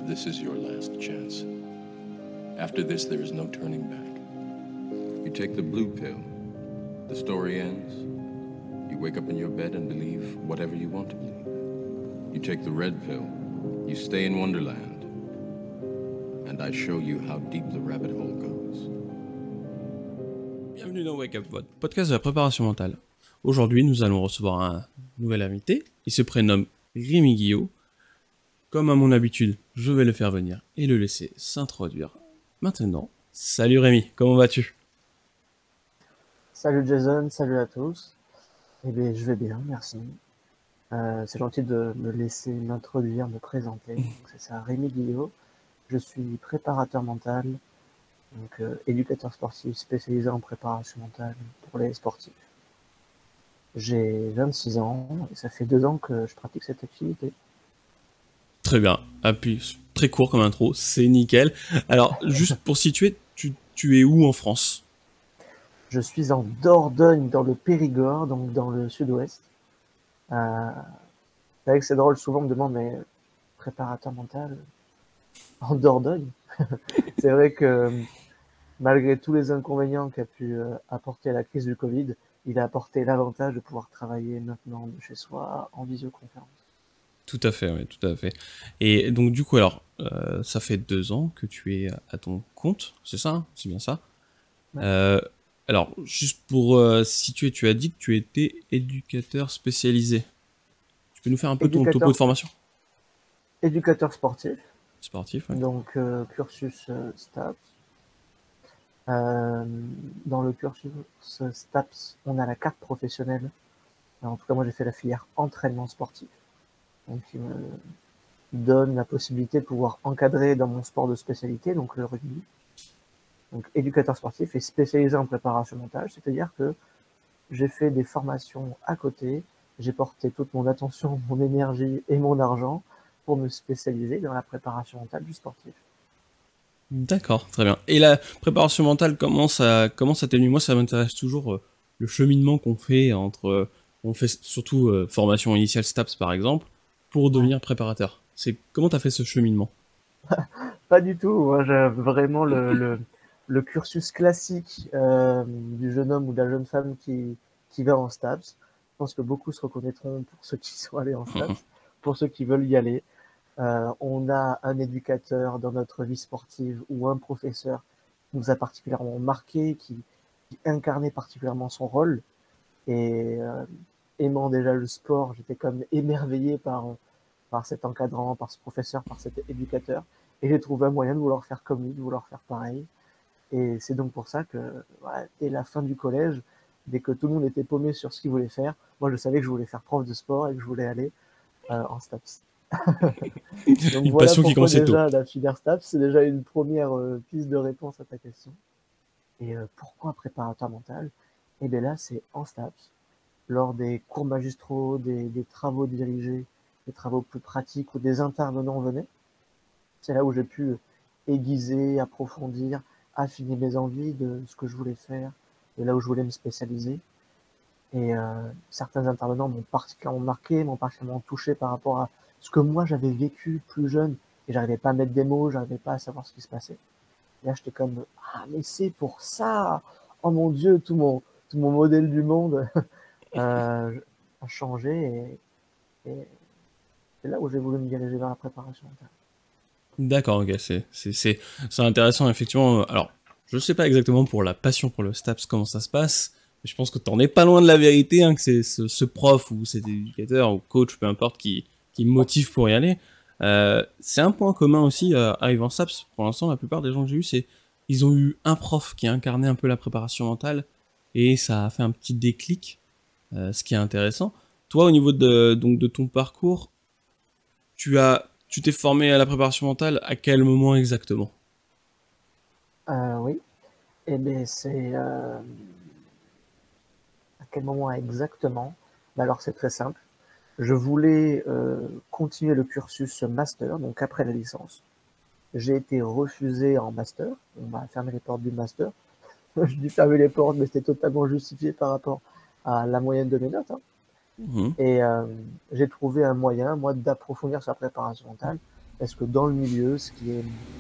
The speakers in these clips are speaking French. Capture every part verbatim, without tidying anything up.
this is your last chance. After this, there is no turning back. You take the blue pill. The story ends. You wake up in your bed and believe whatever you want to believe. You take the red pill. You stay in Wonderland. And I show you how deep the rabbit hole goes. Bienvenue dans Wake Up, votre podcast de la préparation mentale. Aujourd'hui, nous allons recevoir un nouvel invité. Il se prénomme Rémi Guillot. Comme à mon habitude, je vais le faire venir et le laisser s'introduire maintenant. Salut Rémi, comment vas-tu ? Salut Jason, salut à tous. Eh bien, je vais bien, merci. Euh, c'est gentil de me laisser m'introduire, me présenter. Donc, c'est ça, Rémi Guillot. Je suis préparateur mental, donc euh, éducateur sportif spécialisé en préparation mentale pour les sportifs. J'ai vingt-six ans et ça fait deux ans que je pratique cette activité. Très bien, appuie, très court comme intro, c'est nickel. Alors, juste pour situer, tu, tu es où en France ? Je suis en Dordogne, dans le Périgord, donc dans le sud-ouest. Euh, c'est vrai que c'est drôle, souvent on me demande, mais préparateur mental en Dordogne. C'est vrai que malgré tous les inconvénients qu'a pu euh, apporter la crise du Covid, il a apporté l'avantage de pouvoir travailler maintenant de chez soi en visioconférence. Tout à fait, oui, tout à fait. Et donc du coup, alors, euh, ça fait deux ans que tu es à ton compte, c'est ça, hein ? C'est bien ça ? Ouais. Euh, alors, juste pour euh, situer, tu as dit que tu étais éducateur spécialisé. Tu peux nous faire un peu ton Éducateur- topo de formation Éducateur sportif, sportif, ouais. donc euh, cursus euh, STAPS. Euh, dans le cursus STAPS, on a la carte professionnelle. Alors, en tout cas, moi, j'ai fait la filière entraînement sportif. Donc, il me donne la possibilité de pouvoir encadrer dans mon sport de spécialité, donc le rugby. Donc, éducateur sportif et spécialisé en préparation mentale, c'est-à-dire que j'ai fait des formations à côté, j'ai porté toute mon attention, mon énergie et mon argent pour me spécialiser dans la préparation mentale du sportif. D'accord, très bien. Et la préparation mentale, comment ça, comment ça t'est venu ? Moi, ça m'intéresse toujours, euh, le cheminement qu'on fait entre, euh, on fait surtout euh, formation initiale STAPS par exemple, pour devenir préparateur. C'est comment t'as fait ce cheminement ? Pas du tout, moi j'ai vraiment le, le, le cursus classique euh, du jeune homme ou de la jeune femme qui, qui va en STAPS. Je pense que beaucoup se reconnaîtront pour ceux qui sont allés en STAPS, pour ceux qui veulent y aller. Euh, on a un éducateur dans notre vie sportive ou un professeur qui nous a particulièrement marqué, qui, qui incarnait particulièrement son rôle. Et euh, aimant déjà le sport, j'étais comme émerveillé par, par cet encadrant, par ce professeur, par cet éducateur. Et j'ai trouvé un moyen de vouloir faire comme lui, de vouloir faire pareil. Et c'est donc pour ça que, voilà, dès la fin du collège, dès que tout le monde était paumé sur ce qu'il voulait faire, moi je savais que je voulais faire prof de sport et que je voulais aller euh, en STAPS. Donc Une voilà passion qui pourquoi commençait tôt. déjà la filière STAPS, c'est déjà une première euh, piste de réponse à ta question. Et euh, pourquoi préparateur mental ? Et bien là, c'est en STAPS, lors des cours magistraux, des, des travaux dirigés, des travaux plus pratiques où des intervenants venaient. C'est là où j'ai pu aiguiser, approfondir, affiner mes envies de ce que je voulais faire, de là où je voulais me spécialiser. Et euh, certains intervenants m'ont particulièrement marqué, m'ont particulièrement touché par rapport à ce que moi j'avais vécu plus jeune. Et j'arrivais pas à mettre des mots, j'arrivais pas à savoir ce qui se passait. Et là, j'étais comme, ah, mais c'est pour ça! Oh mon Dieu, tout mon, tout mon modèle du monde euh, a changé. Et, et c'est là où j'ai voulu me diriger vers la préparation mentale. D'accord, ok, c'est, c'est, c'est, c'est intéressant, effectivement. Alors, je sais pas exactement pour la passion pour le STAPS comment ça se passe, mais je pense que t'en es pas loin de la vérité, hein, que c'est ce, ce prof ou cet éducateur ou coach, peu importe, qui, qui me motive pour y aller. Euh, c'est un point commun aussi euh, à Yvan STAPS. Pour l'instant, la plupart des gens que j'ai eu, c'est ils ont eu un prof qui a incarné un peu la préparation mentale et ça a fait un petit déclic, euh, ce qui est intéressant. Toi, au niveau de, donc, de ton parcours, tu as, tu t'es formé à la préparation mentale à quel moment exactement ? Euh, oui. Eh bien, c'est... Euh... À quel moment exactement ? Ben alors, c'est très simple. Je voulais euh, continuer le cursus master, donc après la licence. J'ai été refusé en master. On m'a fermé les portes du master. Je dis fermer les portes, mais c'était totalement justifié par rapport à la moyenne de mes notes. Hein. Mmh. Et euh, j'ai trouvé un moyen, moi, d'approfondir sur la préparation mentale Est-ce que dans le milieu, ce qui est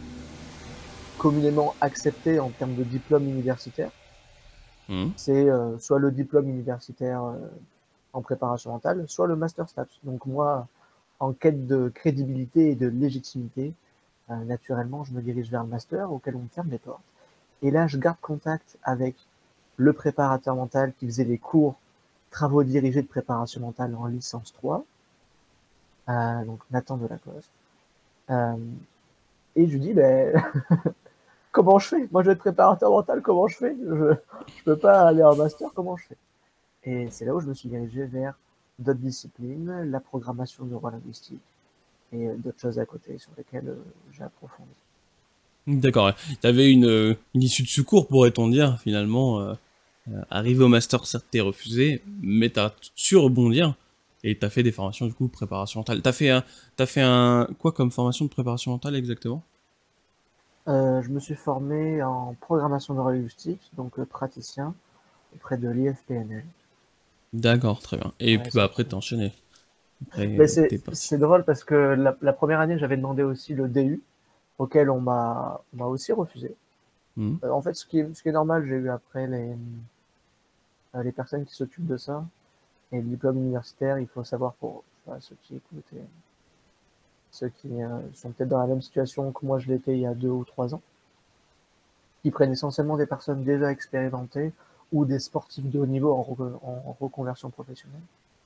communément accepté en termes de diplôme universitaire, Mhm. c'est euh, soit le diplôme universitaire euh, en préparation mentale, soit le master STAPS. Donc moi, en quête de crédibilité et de légitimité, euh, naturellement, je me dirige vers le master auquel on me ferme les portes. Et là, je garde contact avec le préparateur mental qui faisait les cours travaux dirigés de préparation mentale en licence trois, euh, donc Nathan Delacoste. Euh, et je lui dis, ben, comment je fais? Moi, je vais être préparateur mental, comment je fais? Je, je peux pas aller en master, comment je fais? Et c'est là où je me suis dirigé vers d'autres disciplines, la programmation neurolinguistique et euh, d'autres choses à côté sur lesquelles euh, j'ai approfondi. D'accord. Tu avais une, euh, une issue de secours, pourrait-on dire, finalement. Euh, euh, arrivé au master, certes, t'es refusé, mais t'as su rebondir et t'as fait des formations, du coup, préparation mentale. T'as fait un, t'as fait un, quoi comme formation de préparation mentale exactement? Euh, je me suis formé en programmation neurolinguistique, donc euh, praticien auprès de l'I F P N L. D'accord, très bien. Et Ouais, puis bah, c'est après, t'as enchaîné. Après, Mais euh, c'est t'es parti. c'est drôle parce que la, la première année, j'avais demandé aussi le D U, auquel on m'a on m'a aussi refusé. Mhm. Euh, en fait, ce qui est, ce qui est normal, j'ai eu après les, euh, les personnes qui s'occupent de ça. Et le diplôme universitaire, il faut savoir pour enfin, ceux qui écoutent et ceux qui euh, sont peut-être dans la même situation que moi je l'étais il y a deux ou trois ans, qui prennent essentiellement des personnes déjà expérimentées ou des sportifs de haut niveau en, re- en reconversion professionnelle.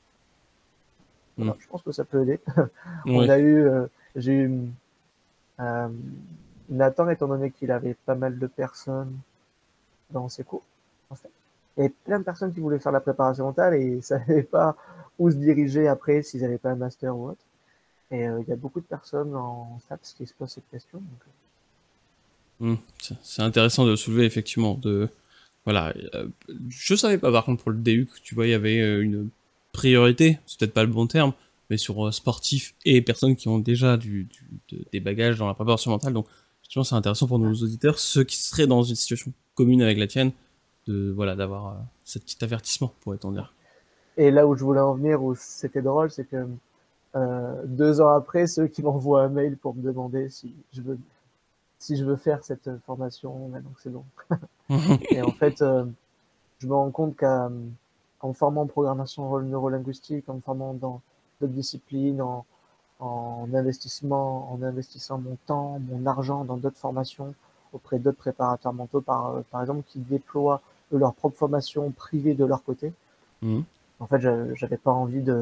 Mhm. Voilà, je pense que ça peut aider. On Ouais. a eu, euh, j'ai eu euh, Nathan, étant donné qu'il avait pas mal de personnes dans ses cours, en fait, et plein de personnes qui voulaient faire la préparation mentale et ne savaient pas où se diriger après s'ils n'avaient pas un master ou autre. Et euh, il y a beaucoup de personnes en STAPS qui se posent cette question. Donc, Mhm. C'est c'est intéressant de le soulever, effectivement. De, voilà. Euh, je savais pas, par contre, pour le D U, que tu vois, il y avait euh, une priorité, c'est peut-être pas le bon terme, mais sur euh, sportifs et personnes qui ont déjà du, du- de- des bagages dans la préparation mentale. Donc, effectivement, c'est intéressant pour nos auditeurs, ceux qui seraient dans une situation commune avec la tienne, de, voilà, d'avoir euh, ce petit avertissement, pourrait-on ouais. dire. Et là où je voulais en venir, où c'était drôle, c'est que euh, deux ans après, ceux qui m'envoient un mail pour me demander si je veux, si je veux faire cette formation, maintenant que c'est bon. Et en fait, euh, je me rends compte qu'en me formant en programmation neurolinguistique, en me formant dans d'autres disciplines, en, en investissement, en investissant mon temps, mon argent dans d'autres formations auprès d'autres préparateurs mentaux, par, euh, par exemple, qui déploient eux, leur propre formation privée de leur côté. Mhm. En fait, je- j'avais pas envie de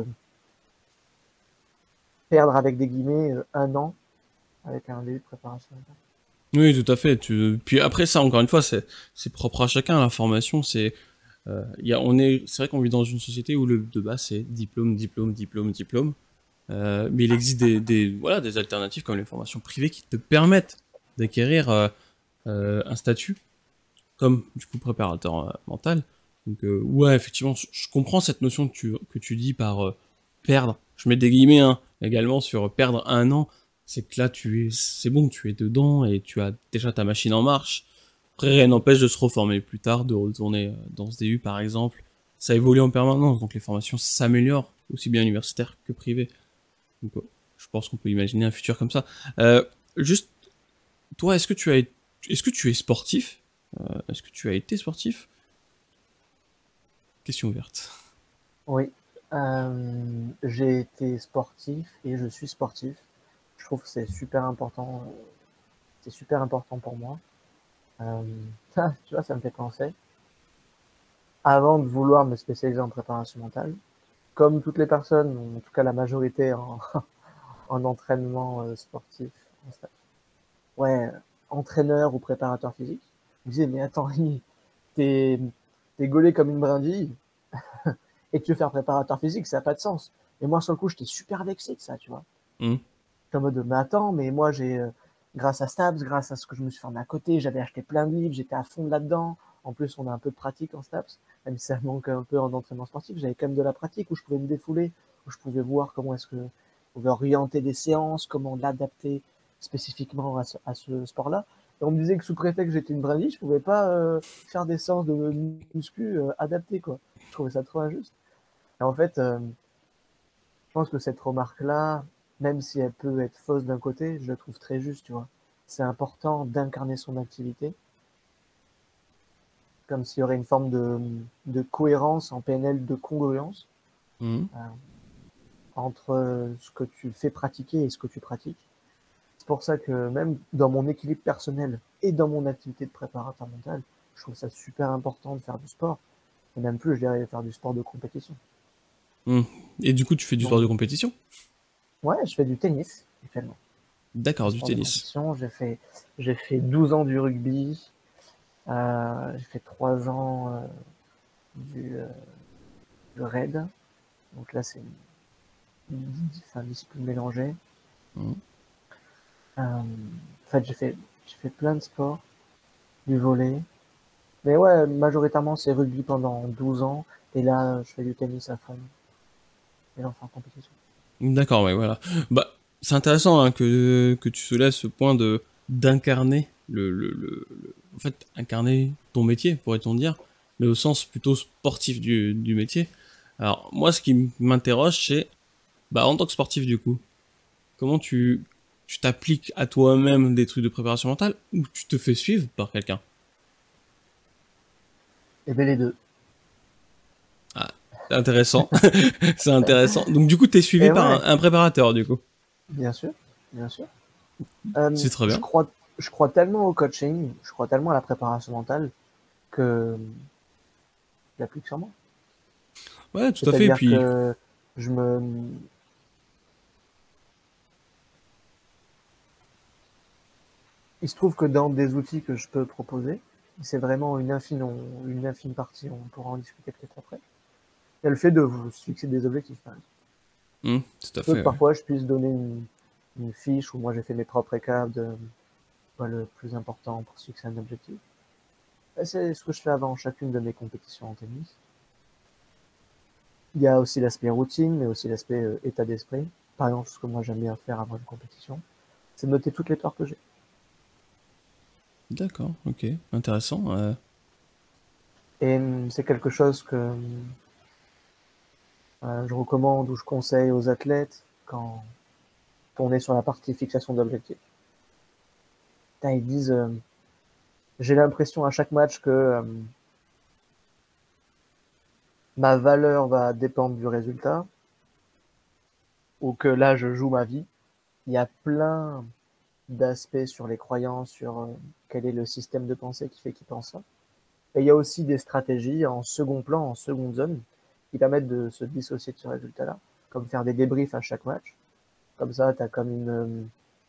perdre avec des guillemets euh, un an avec un début de préparation mentale. Oui, tout à fait. Tu... Puis après ça, encore une fois, c'est c'est propre à chacun. La formation, c'est euh, il y a, on est, c'est vrai qu'on vit dans une société où le de base c'est diplôme, diplôme, diplôme, diplôme. Euh, mais il existe des, des voilà des alternatives comme les formations privées qui te permettent d'acquérir euh, euh, un statut comme du coup préparateur euh, mental. Donc euh, ouais, effectivement, je, je comprends cette notion que tu que tu dis par euh, perdre. Je mets des guillemets hein, également sur perdre un an. C'est que là, tu es, c'est bon, tu es dedans et tu as déjà ta machine en marche. Après, rien n'empêche de se reformer plus tard, de retourner euh, dans ce D U par exemple. Ça évolue en permanence, donc les formations s'améliorent, aussi bien universitaires que privées. Donc, euh, je pense qu'on peut imaginer un futur comme ça. Euh, juste, toi, est-ce que tu as, est-ce que tu es sportif? Euh, Est-ce que tu as été sportif? Question ouverte. Oui, euh, j'ai été sportif et je suis sportif. Je trouve que c'est super important. euh, C'est super important pour moi. Euh, ça, tu vois, ça me fait penser. Avant de vouloir me spécialiser en préparation mentale, comme toutes les personnes, en tout cas la majorité en, en entraînement euh, sportif, en stage. Ouais, entraîneur ou préparateur physique, je me disais, mais attends, Rémi, t'es, t'es gaulé comme une brindille et tu veux faire préparateur physique, ça n'a pas de sens. Et moi, sur le coup, j'étais super vexé de ça, tu vois. Hmm. J'étais en mode, mais attends, mais moi, j'ai, euh, grâce à Stabs, grâce à ce que je me suis formé à côté, j'avais acheté plein de livres, j'étais à fond là-dedans. En plus, on a un peu de pratique en Stabs, même si ça manque un peu en entraînement sportif, j'avais quand même de la pratique où je pouvais me défouler, où je pouvais voir comment est-ce que on pouvait orienter des séances, comment l'adapter spécifiquement à ce, à ce sport-là. Et on me disait que sous prétexte que j'étais une brindille, je pouvais pas euh, faire des séances de muscu euh, adaptées, quoi. Je trouvais ça trop injuste. Et en fait, euh, je pense que cette remarque-là, même si elle peut être fausse d'un côté, je la trouve très juste, tu vois. C'est important d'incarner son activité, comme s'il y aurait une forme de, de cohérence en P N L, de congruence Mhm. euh, entre euh, ce que tu fais pratiquer et ce que tu pratiques. C'est pour ça que même dans mon équilibre personnel et dans mon activité de préparateur mental, je trouve ça super important de faire du sport. Et même plus, je dirais faire du sport de compétition. Mhm. Et du coup, tu fais du sport Donc, de compétition? ouais, je fais du tennis actuellement. D'accord, Du du sport de tennis. compétition, j'ai fait, j'ai fait douze ans du rugby, euh, j'ai fait trois ans euh, du, euh, du raid. Donc là, c'est une, une, enfin, discipline mélangée. Mhm. Euh, en fait, j'ai fait, j'ai fait plein de sports, du volley. Mais ouais, majoritairement, c'est rugby pendant douze ans. Et là, je fais du tennis à fond. Et là, on fait en compétition. D'accord, ouais, voilà. Bah, c'est intéressant hein, que, que tu soulèves ce point de d'incarner le, le, le, le- en fait, incarner ton métier, pourrait-on dire, mais au sens plutôt sportif du, du métier. Alors, moi, ce qui m'interroge, c'est, bah, en tant que sportif, du coup, comment tu, tu t'appliques à toi-même des trucs de préparation mentale ou tu te fais suivre par quelqu'un? Et bien, les deux. Ah, c'est intéressant. C'est intéressant. Donc, du coup, t'es suivi Et par un, ouais, un préparateur, du coup. bien sûr, bien sûr. Euh, C'est très je bien. crois, je crois tellement au coaching, je crois tellement à la préparation mentale que je l'applique sur moi. Ouais, tout à fait. Et C'est-à-dire puis, que je me, il se trouve que dans des outils que je peux proposer, c'est vraiment une infime, une infime partie, on pourra en discuter peut-être après. Il y a le fait de vous fixer des objectifs, par exemple. hmm, tout à Peu que fait, ouais. parfois je puisse donner une, une fiche où moi j'ai fait mes propres récaps de quoi le plus important pour se fixer un objectif. Et c'est ce que je fais avant chacune de mes compétitions en tennis. Il y a aussi l'aspect routine, mais aussi l'aspect euh, état d'esprit. Par exemple, ce que moi j'aime bien faire avant une compétition, c'est de noter toutes les torts que j'ai. D'accord, ok, intéressant. euh. Et hum, c'est quelque chose que hum, euh, je recommande ou je conseille aux athlètes quand on est sur la partie fixation d'objectifs. Putain, ils disent, euh, j'ai l'impression à chaque match que euh, ma valeur va dépendre du résultat ou que là je joue ma vie. Il y a plein d'aspects sur les croyances, sur euh, quel est le système de pensée qui fait qu'ils pensent ça. Et il y a aussi des stratégies en second plan, en seconde zone, qui permettent de se dissocier de ce résultat-là, comme faire des débriefs à chaque match. Comme ça, tu as comme une, euh,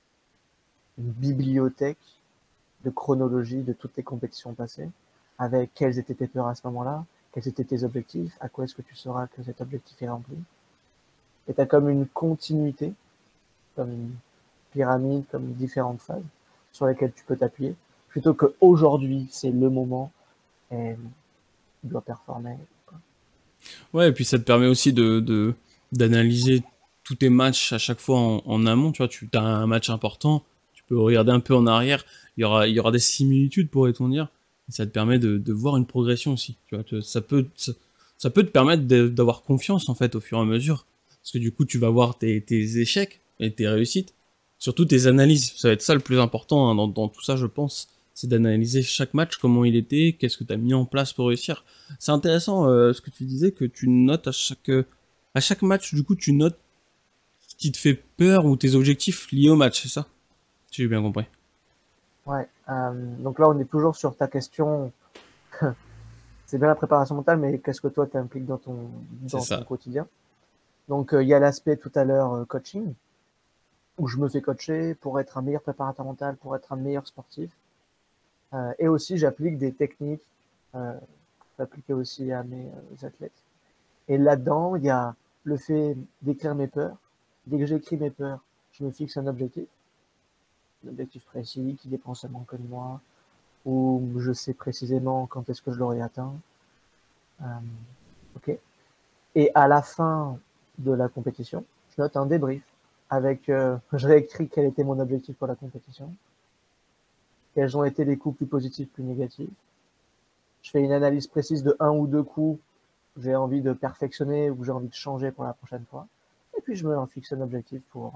une bibliothèque de chronologie de toutes tes compétitions passées, avec quelles étaient tes peurs à ce moment-là, quels étaient tes objectifs, à quoi est-ce que tu sauras que cet objectif est rempli. Et tu as comme une continuité, comme une pyramide, comme différentes phases sur lesquelles tu peux t'appuyer, plutôt qu'aujourd'hui, c'est le moment et il doit performer. Ouais, et puis ça te permet aussi de, de- d'analyser tous tes matchs à chaque fois en, en amont. Tu vois, tu as un match important, tu peux regarder un peu en arrière. Il y aura, il y aura des similitudes, pourrait-on dire. Et ça te permet de, de voir une progression aussi. Tu vois, tu- ça peut, ça, ça peut te permettre de- d'avoir confiance en fait au fur et à mesure, parce que du coup, tu vas voir tes, tes échecs et tes réussites, surtout tes analyses. Ça va être ça le plus important hein, dans, dans tout ça, je pense. C'est d'analyser chaque match, comment il était, qu'est-ce que tu as mis en place pour réussir. C'est intéressant euh, ce que tu disais que tu notes à chaque euh, à chaque match. Du coup, tu notes ce qui te fait peur ou tes objectifs liés au match, c'est ça? Si j'ai bien compris. Ouais. Euh, donc là, on est toujours sur ta question. C'est bien la préparation mentale, mais qu'est-ce que toi t'impliques dans ton C'est dans ton ça. quotidien? Donc euh, il y a l'aspect tout à l'heure euh, coaching, où je me fais coacher pour être un meilleur préparateur mental, pour être un meilleur sportif. Euh, et aussi, j'applique des techniques euh, appliquées aussi à mes euh, athlètes. Et là-dedans, il y a le fait d'écrire mes peurs. Dès que j'écris mes peurs, je me fixe un objectif, un objectif précis qui dépend seulement que de moi, où je sais précisément quand est-ce que je l'aurai atteint. Euh, ok. Et à la fin de la compétition, je note un débrief avec, euh, je réécris quel était mon objectif pour la compétition, quels ont été les coups plus positifs, plus négatifs. Je fais une analyse précise de un ou deux coups que j'ai envie de perfectionner ou que j'ai envie de changer pour la prochaine fois. Et puis je me fixe un objectif pour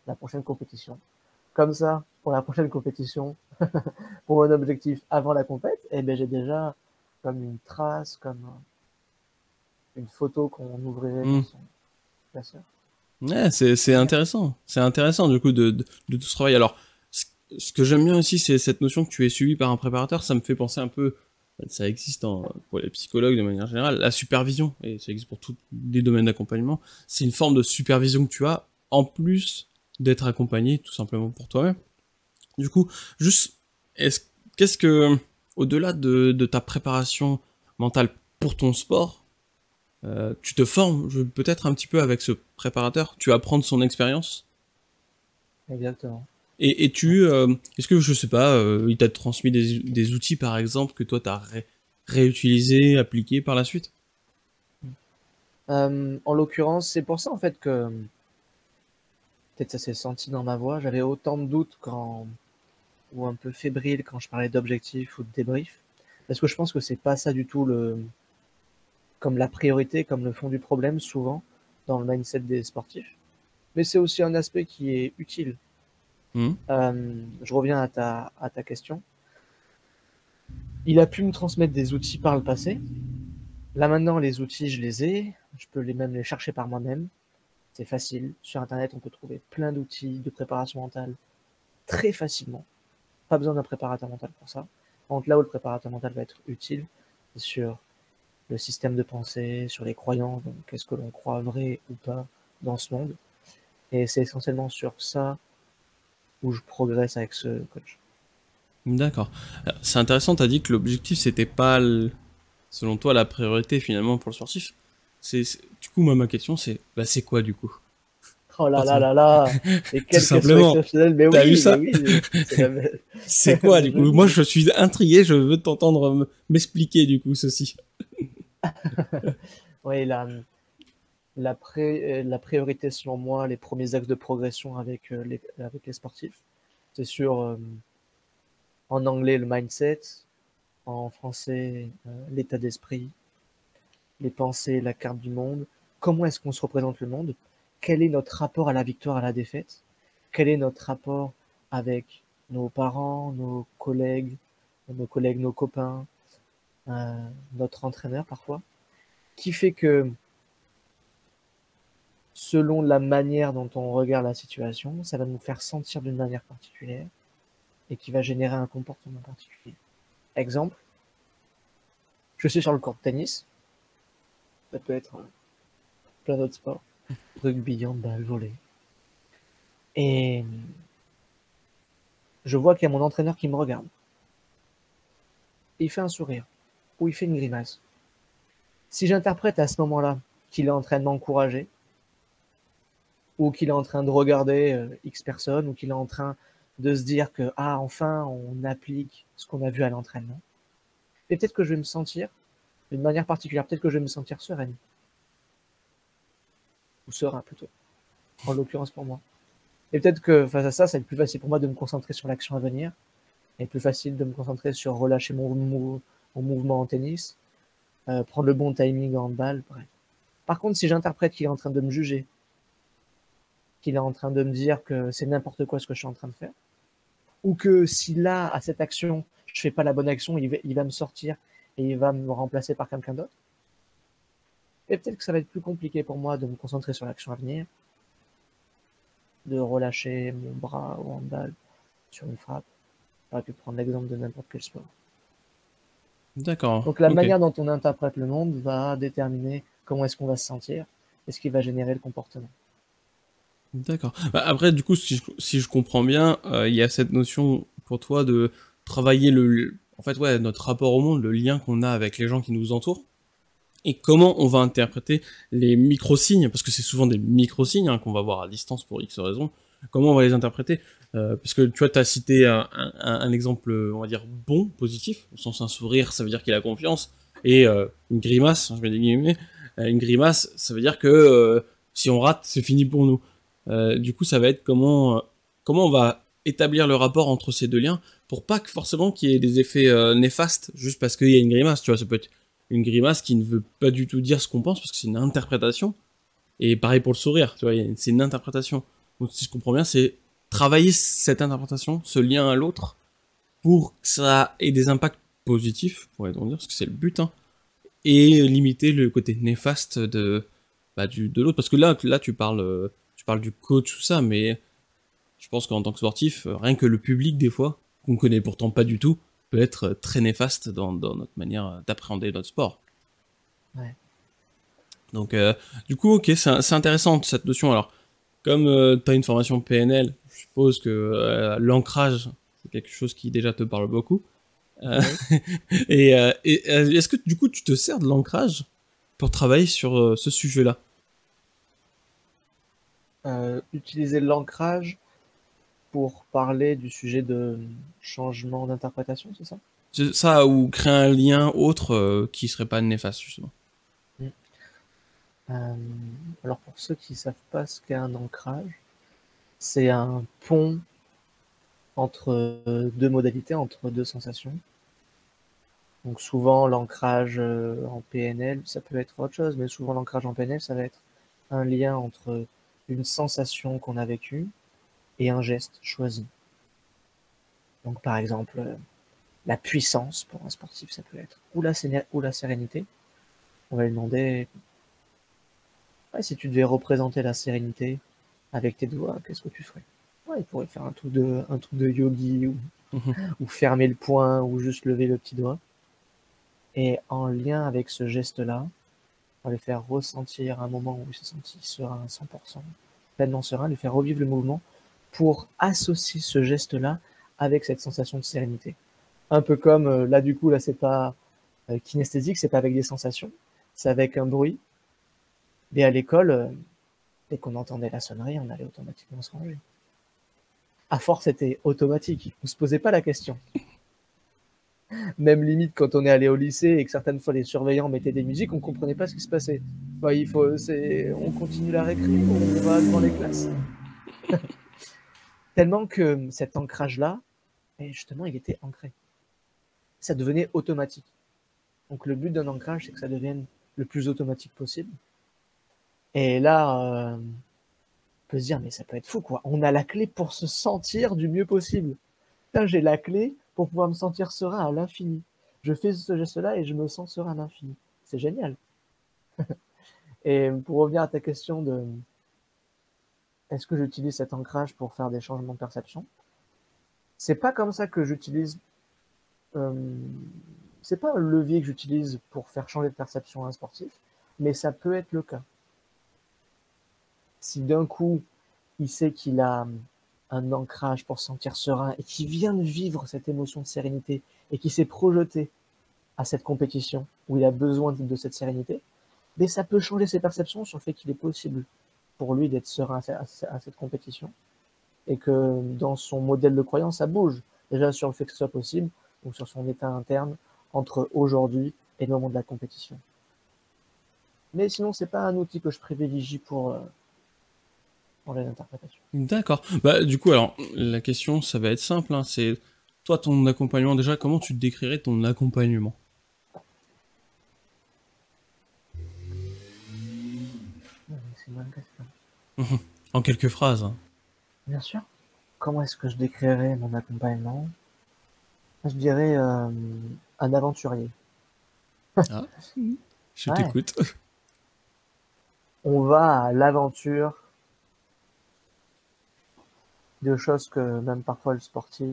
la prochaine compétition. Comme ça, pour la prochaine compétition, pour mon objectif avant la compète, eh ben, j'ai déjà comme une trace, comme une photo qu'on ouvrirait Mm. dans son classeur. Ouais, c'est c'est intéressant. C'est intéressant du coup de, de, de tout ce travail. Alors, ce, ce que j'aime bien aussi, c'est cette notion que tu es suivi par un préparateur. Ça me fait penser un peu, ça existe en, pour les psychologues de manière générale, la supervision, et ça existe pour tous les domaines d'accompagnement. C'est une forme de supervision que tu as, en plus d'être accompagné tout simplement pour toi-même. Du coup, juste, est-ce, qu'est-ce que, au-delà de, de ta préparation mentale pour ton sport, euh, tu te formes je- peut-être un petit peu avec ce préparateur, tu apprends de son expérience, Exactement. et, et tu, euh, est-ce que, je sais pas, euh, il t'a transmis des, des outils par exemple que toi t'as ré- réutilisé, appliqué par la suite? Euh, en l'occurrence, c'est pour ça en fait que peut-être ça s'est senti dans ma voix. J'avais autant de doutes quand ou un peu fébrile quand je parlais d'objectifs ou de débrief, parce que je pense que c'est pas ça du tout le comme la priorité, comme le fond du problème souvent dans le mindset des sportifs. Mais c'est aussi un aspect qui est utile. Mhm. Euh, je reviens à ta à ta question. Il a pu me transmettre des outils par le passé. Là maintenant, les outils, je les ai. Je peux les même les chercher par moi-même. C'est facile. Sur Internet, on peut trouver plein d'outils de préparation mentale très facilement. Pas besoin d'un préparateur mental pour ça. Donc là où le préparateur mental va être utile, c'est sur le système de pensée, sur les croyances, donc qu'est-ce que l'on croit vrai ou pas dans ce monde. Et c'est essentiellement sur ça où je progresse avec ce coach. D'accord. Alors, c'est intéressant, t'as dit que l'objectif c'était pas, le- selon toi, la priorité finalement pour le sportif. C'est, c'est- du coup, moi, ma question c'est, bah, c'est quoi du coup? Oh là Pour là toi. là là, et Tout quelle question simplement. exceptionnelle. Mais T'as vu oui, mais ça? oui, c'est la même. C'est quoi Mais du je coup? Moi, vis. je suis intrigué, je veux t'entendre m- m'expliquer du coup ceci. Oui, la, la, pré- euh, la priorité selon moi, les premiers axes de progression avec, euh, les, avec les sportifs, c'est sur, euh, en anglais, le mindset, en français, euh, l'état d'esprit, les pensées, la carte du monde. Comment est-ce qu'on se représente le monde? Quel est notre rapport à la victoire, à la défaite? Quel est notre rapport avec nos parents, nos collègues, nos collègues, nos copains, euh, notre entraîneur parfois? Qui fait que selon la manière dont on regarde la situation, ça va nous faire sentir d'une manière particulière et qui va générer un comportement particulier. Exemple, je suis sur le court de tennis, ça peut être euh, plein d'autres sports, rugby, handball, volley. Et je vois qu'il y a mon entraîneur qui me regarde. Il fait un sourire ou il fait une grimace. Si j'interprète à ce moment-là qu'il est en train de m'encourager ou qu'il est en train de regarder euh, X personnes ou qu'il est en train de se dire que ah enfin on applique ce qu'on a vu à l'entraînement, et peut-être que je vais me sentir d'une manière particulière, peut-être que je vais me sentir sereine ou serein plutôt, en l'occurrence pour moi. Et peut-être que face à ça, ça va être plus facile pour moi de me concentrer sur l'action à venir et plus facile de me concentrer sur relâcher mon, mou- mon mouvement en tennis, euh, prendre le bon timing en handball, bref. Par contre, si j'interprète qu'il est en train de me juger, qu'il est en train de me dire que c'est n'importe quoi ce que je suis en train de faire, ou que si là, à cette action, je fais pas la bonne action, il va, il va me sortir et il va me remplacer par quelqu'un d'autre, et peut-être que ça va être plus compliqué pour moi de me concentrer sur l'action à venir, de relâcher mon bras au handball sur une frappe. J'aurais pu prendre l'exemple de n'importe quel sport. D'accord, Donc la ok. manière dont on interprète le monde va déterminer comment est-ce qu'on va se sentir et ce qui va générer le comportement. D'accord. Bah, après, du coup, si je, si je comprends bien, euh, il y a cette notion pour toi de travailler le, en fait, ouais, notre rapport au monde, le lien qu'on a avec les gens qui nous entourent, et comment on va interpréter les micro-signes, parce que c'est souvent des micro-signes hein, qu'on va voir à distance pour X raisons. Comment on va les interpréter euh, Parce que tu vois, tu as cité un, un, un exemple, on va dire, bon, positif, au sens un sourire, ça veut dire qu'il a confiance, et euh, une grimace, je mets des guillemets, euh, une grimace, ça veut dire que euh, si on rate, c'est fini pour nous. Euh, du coup, ça va être comment, euh, comment on va établir le rapport entre ces deux liens pour pas que forcément qu'il y ait des effets euh, néfastes juste parce qu'il y a une grimace, tu vois, ça peut être une grimace qui ne veut pas du tout dire ce qu'on pense parce que c'est une interprétation. Et pareil pour le sourire, tu vois, c'est une interprétation. Donc, si je comprends bien, c'est travailler cette interprétation, ce lien à l'autre, pour que ça ait des impacts positifs, pourrait-on dire, parce que c'est le but, hein, et limiter le côté néfaste de, bah, du, de l'autre. Parce que là, là tu, parles, euh, tu parles du coach, tout ça, mais je pense qu'en tant que sportif, euh, rien que le public, des fois, qu'on connaît pourtant pas du tout, peut être euh, très néfaste dans, dans notre manière euh, d'appréhender notre sport. Ouais. Donc, euh, du coup, ok, c'est c'est intéressant cette notion. Alors, comme euh, tu as une formation P N L, je suppose que euh, l'ancrage, c'est quelque chose qui déjà te parle beaucoup. Euh, Oui. et euh, et euh, est-ce que du coup, tu te sers de l'ancrage pour travailler sur euh, ce sujet-là? Euh, utiliser l'ancrage pour parler du sujet de changement d'interprétation, c'est ça? C'est ça, ou créer un lien autre euh, qui serait pas néfaste, justement. Mm. Euh, alors pour ceux qui savent pas ce qu'est un ancrage, c'est un pont entre euh, deux modalités, entre deux sensations. Donc souvent l'ancrage euh, en P N L, ça peut être autre chose, mais souvent l'ancrage en P N L, ça va être un lien entre une sensation qu'on a vécue et un geste choisi. Donc par exemple, euh, la puissance pour un sportif, ça peut être, ou la, séné- ou la sérénité. On va lui demander, ouais, si tu devais représenter la sérénité avec tes doigts, qu'est-ce que tu ferais? Ouais, il pourrait faire un truc de, un truc de yogi, ou, Mhm. ou fermer le poing, ou juste lever le petit doigt. Et en lien avec ce geste-là, on va lui faire ressentir un moment où il s'est senti serein à cent pour cent, pleinement serein, lui faire revivre le mouvement pour associer ce geste-là avec cette sensation de sérénité. Un peu comme, euh, là du coup, là c'est pas euh, kinesthésique, c'est pas avec des sensations, c'est avec un bruit. Et à l'école, euh, dès qu'on entendait la sonnerie, on allait automatiquement se ranger. À force, c'était automatique, on se posait pas la question. Même limite quand on est allé au lycée et que certaines fois les surveillants mettaient des musiques, on comprenait pas ce qui se passait. Bah, il faut, c'est, on continue la récré, on va devant les classes. Tellement que cet ancrage-là, et justement, il était ancré. Ça devenait automatique. Donc le but d'un ancrage, c'est que ça devienne le plus automatique possible. Et là, euh, on peut se dire, mais ça peut être fou, quoi. On a la clé pour se sentir du mieux possible. Putain, j'ai la clé pour pouvoir me sentir serein à l'infini. Je fais ce geste-là et je me sens serein à l'infini. C'est génial. Et pour revenir à ta question de est-ce que j'utilise cet ancrage pour faire des changements de perception, c'est pas comme ça que j'utilise. Euh, c'est pas un levier que j'utilise pour faire changer de perception à un sportif, mais ça peut être le cas. Si d'un coup, il sait qu'il a un ancrage pour se sentir serein et qu'il vient de vivre cette émotion de sérénité et qu'il s'est projeté à cette compétition où il a besoin de cette sérénité, mais ça peut changer ses perceptions sur le fait qu'il est possible pour lui d'être serein à cette compétition et que dans son modèle de croyance, ça bouge. Déjà sur le fait que ce soit possible ou sur son état interne entre aujourd'hui et le moment de la compétition. Mais sinon, c'est pas un outil que je privilégie pour, euh, pour les interprétations. D'accord. Bah, du coup, alors, la question, ça va être simple, hein, c'est toi, ton accompagnement, déjà, comment tu décrirais ton accompagnement? C'est une bonne question. En quelques phrases. Hein. Bien sûr. Comment est-ce que je décrirais mon accompagnement? Je dirais euh, un aventurier. Ah, je Ouais. t'écoute. On va à l'aventure de choses que même parfois le sportif,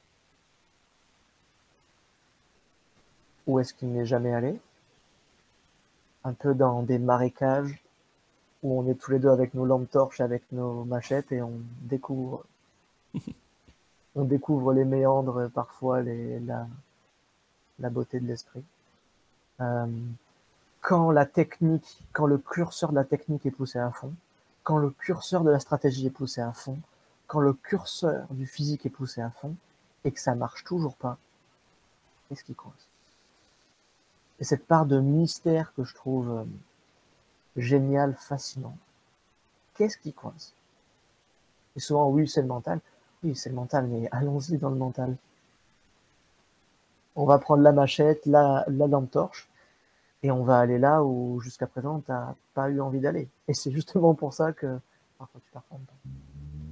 où est-ce qu'il n'est jamais allé? Un peu dans des marécages où on est tous les deux avec nos lampes torches, avec nos machettes et on découvre, on découvre les méandres, parfois les, la, la beauté de l'esprit. Euh, quand la technique, quand le curseur de la technique est poussé à fond, quand le curseur de la stratégie est poussé à fond, quand le curseur du physique est poussé à fond et que ça marche toujours pas, qu'est-ce qui coince? Et cette part de mystère que je trouve euh, géniale, fascinante. Qu'est-ce qui coince? Et souvent, oui, c'est le mental. Oui, c'est le mental, mais allons-y dans le mental. On va prendre la machette, la, la lampe torche, et on va aller là où jusqu'à présent, tu n'as pas eu envie d'aller. Et c'est justement pour ça que parfois tu performes pas.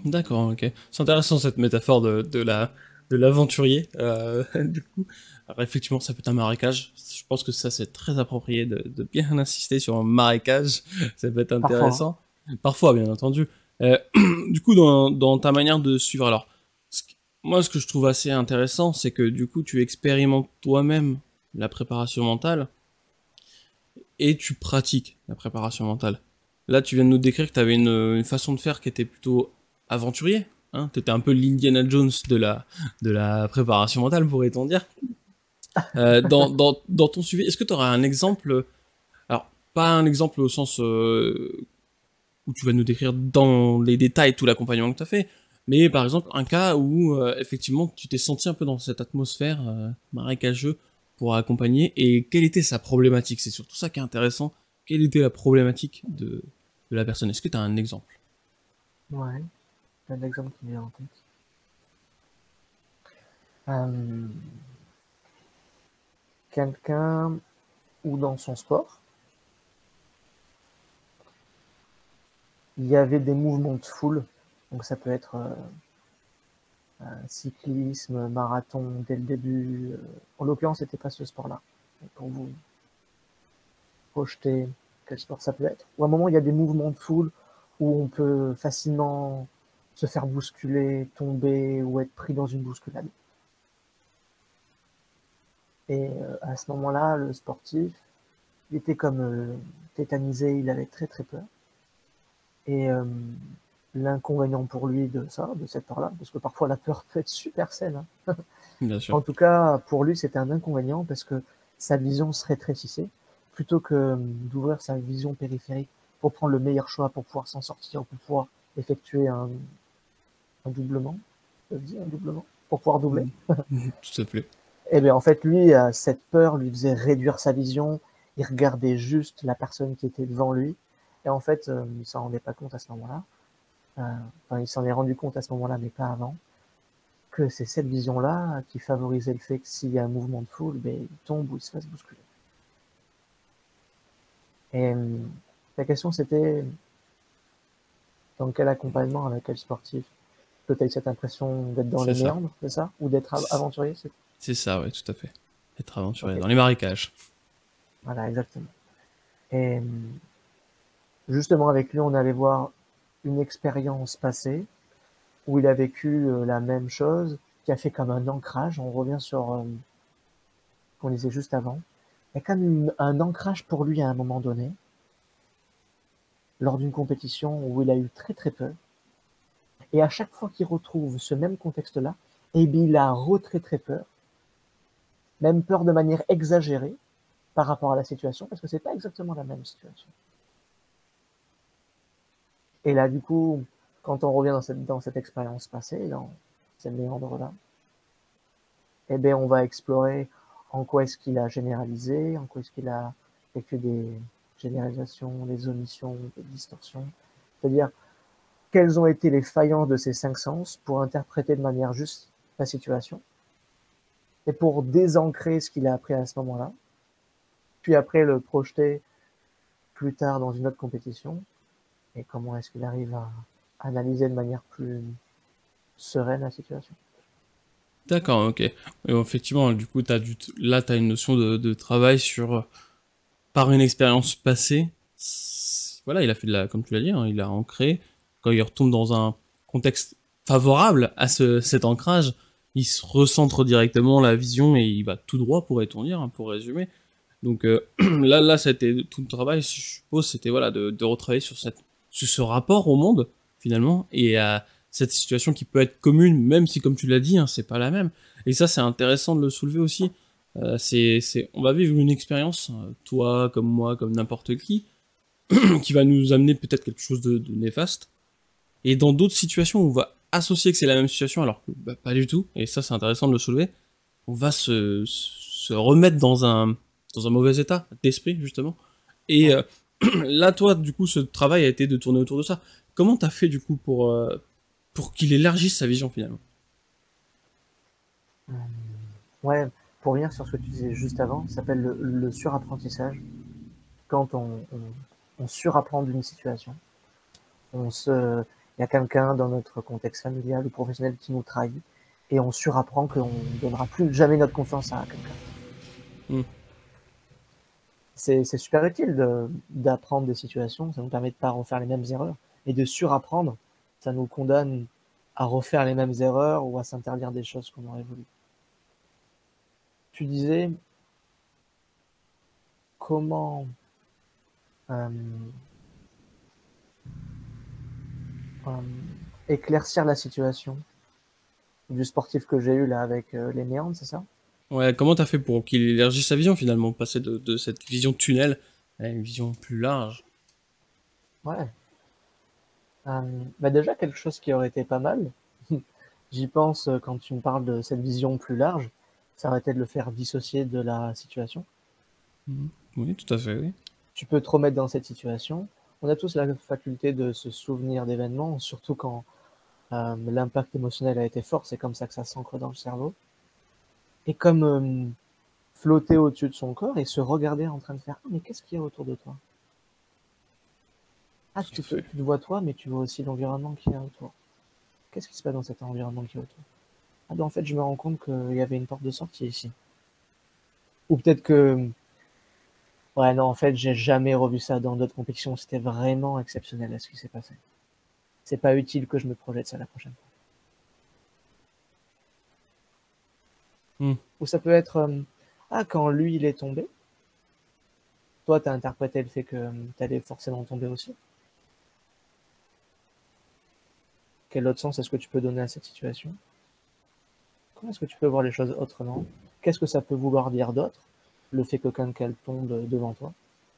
D'accord, ok. C'est intéressant cette métaphore de, de la de l'aventurier. Euh, du coup, alors effectivement, ça peut être un marécage. Je pense que ça c'est très approprié de, de bien insister sur un marécage. Ça peut être Parfois, hein. intéressant. Parfois, bien entendu. Euh, du coup, dans, dans ta manière de suivre, alors, ce qui- moi, ce que je trouve assez intéressant, c'est que du coup, tu expérimentes toi-même la préparation mentale et tu pratiques la préparation mentale. Là, tu viens de nous décrire que tu avais une, une façon de faire qui était plutôt aventurier. Hein, tu étais un peu l'Indiana Jones de la, de la préparation mentale, pourrait-on dire. Euh, dans, dans, dans ton suivi, est-ce que tu auras un exemple, alors pas un exemple au sens euh, où tu vas nous décrire dans les détails tout l'accompagnement que tu as fait, mais par exemple un cas où euh, effectivement tu t'es senti un peu dans cette atmosphère euh, marécageux pour accompagner, et quelle était sa problématique? C'est surtout ça qui est intéressant. Quelle était la problématique de, de la personne? Est-ce que tu as un exemple? Ouais, j'ai un exemple qui me vient en tête. Euh, Quelqu'un où dans son sport, il y avait des mouvements de foule. Donc ça peut être euh, un cyclisme, marathon dès le début. Euh, en l'occurrence, c'était pas ce sport-là. Mais pour vous projeter quel sport ça peut être. Ou à un moment, il y a des mouvements de foule où on peut facilement se faire bousculer, tomber ou être pris dans une bousculade. Et euh, à ce moment-là, le sportif, il était comme euh, tétanisé, il avait très très peur. Et euh, l'inconvénient pour lui de ça, de cette peur-là, parce que parfois la peur peut être super saine, hein. Bien sûr. En tout cas, pour lui, c'était un inconvénient parce que sa vision se rétrécissait. Plutôt que euh, d'ouvrir sa vision périphérique pour prendre le meilleur choix, pour pouvoir s'en sortir, pour pouvoir effectuer un, un doublement, je dis un doublement, pour pouvoir doubler. Tout à fait. Et bien en fait, lui, euh, cette peur lui faisait réduire sa vision. Il regardait juste la personne qui était devant lui. Et en fait, euh, il s'en rendait pas compte à ce moment-là. Euh, enfin, il s'en est rendu compte à ce moment-là, mais pas avant, que c'est cette vision-là qui favorisait le fait que s'il y a un mouvement de foule, ben, il tombe ou il se fasse bousculer. Et euh, la question, c'était dans quel accompagnement, avec quel sportif? Toi, tu as eu cette impression d'être dans C'est les ça. méandres, c'est ça? Ou d'être av- aventurier? c'est- C'est ça, ouais, tout à fait. Être aventurier Ok, dans les marécages. voilà, exactement. Et euh, justement, avec lui, on allait voir une expérience passée où il a vécu euh, la même chose, qui a fait comme un ancrage. On revient sur euh, ce qu'on disait juste avant. Il y a comme une- un ancrage pour lui à un moment donné, lors d'une compétition où il a eu très très peur. Et à chaque fois qu'il retrouve ce même contexte-là, eh bien, il a re très très peur, même peur de manière exagérée par rapport à la situation, parce que c'est pas exactement la même situation. Et là, du coup, quand on revient dans cette, dans cette expérience passée, dans ces méandres-là, eh bien, on va explorer en quoi est-ce qu'il a généralisé, en quoi est-ce qu'il a effectué des généralisations, des omissions, des distorsions. C'est-à-dire, quelles ont été les faillances de ces cinq sens pour interpréter de manière juste la situation et pour désancrer ce qu'il a appris à ce moment-là, puis après le projeter plus tard dans une autre compétition, et comment est-ce qu'il arrive à analyser de manière plus sereine la situation. D'accord, ok. Et effectivement, du coup, t'as du t- là, tu as une notion de, de travail sur, euh, par une expérience passée. C'est- Voilà, il a fait de la, comme tu l'as dit, hein, il a ancré. Quand il retombe dans un contexte favorable à ce, cet ancrage, il se recentre directement la vision et il va tout droit, pourrait-on dire, hein, pour résumer. Donc euh, là, là, c'était tout le travail, si je suppose, c'était voilà de, de retravailler sur cette, sur ce rapport au monde finalement et à cette situation qui peut être commune, même si, comme tu l'as dit, hein, c'est pas la même. Et ça, c'est intéressant de le soulever aussi. Euh, c'est, c'est, on va vivre une expérience, euh, toi comme moi, comme n'importe qui, qui va nous amener peut-être quelque chose de, de néfaste. Et dans d'autres situations, on va associer que c'est la même situation, alors que bah, pas du tout. Et ça, c'est intéressant de le soulever. On va se, se remettre dans un, dans un mauvais état d'esprit, justement. Et Ouais. euh, là, toi, du coup, ce travail a été de tourner autour de ça. Comment t'as fait, du coup, pour, euh, pour qu'il élargisse sa vision, finalement? Ouais, pour revenir sur ce que tu disais juste avant, ça s'appelle le, le surapprentissage. Quand on, on, on surapprend d'une situation, on se, il y a quelqu'un dans notre contexte familial ou professionnel qui nous trahit, et on surapprend qu'on ne donnera plus jamais notre confiance à quelqu'un. Mm. C'est, c'est super utile de, d'apprendre des situations, ça nous permet de pas refaire les mêmes erreurs. Et de surapprendre, ça nous condamne à refaire les mêmes erreurs ou à s'interdire des choses qu'on aurait voulu. Tu disais comment euh, euh, éclaircir la situation du sportif que j'ai eu là avec euh, les méandres, c'est ça? Ouais, comment t'as fait pour qu'il élargisse sa vision finalement, passer de, de cette vision tunnel à une vision plus large? Ouais. Euh, bah déjà, quelque chose qui aurait été pas mal, j'y pense euh, quand tu me parles de cette vision plus large, ça aurait été de le faire dissocier de la situation. Mhm. Oui, tout à fait, oui. Tu peux te remettre dans cette situation. On a tous la faculté de se souvenir d'événements, surtout quand euh, l'impact émotionnel a été fort, c'est comme ça que ça s'ancre dans le cerveau. Et comme euh, flotter au-dessus de son corps et se regarder en train de faire « Ah, mais qu'est-ce qu'il y a autour de toi ?» Ah, Tout tu à te, fait. tu te vois toi, mais tu vois aussi l'environnement qu'il y a autour. Qu'est-ce qui se passe dans cet environnement qui est autour? Ah ben en fait, je me rends compte qu'il y avait une porte de sortie ici. Ou peut-être que, ouais, non, en fait, j'ai jamais revu ça dans d'autres compétitions. C'était vraiment exceptionnel à ce qui s'est passé. C'est pas utile que je me projette ça la prochaine fois. Hmm. Ou ça peut être, euh, ah, quand lui, il est tombé, toi, t'as interprété le fait que euh, t'allais forcément tomber aussi. Quel autre sens est-ce que tu peux donner à cette situation? Comment est-ce que tu peux voir les choses autrement? Qu'est-ce que ça peut vouloir dire d'autre, le fait que quelqu'un tombe devant toi?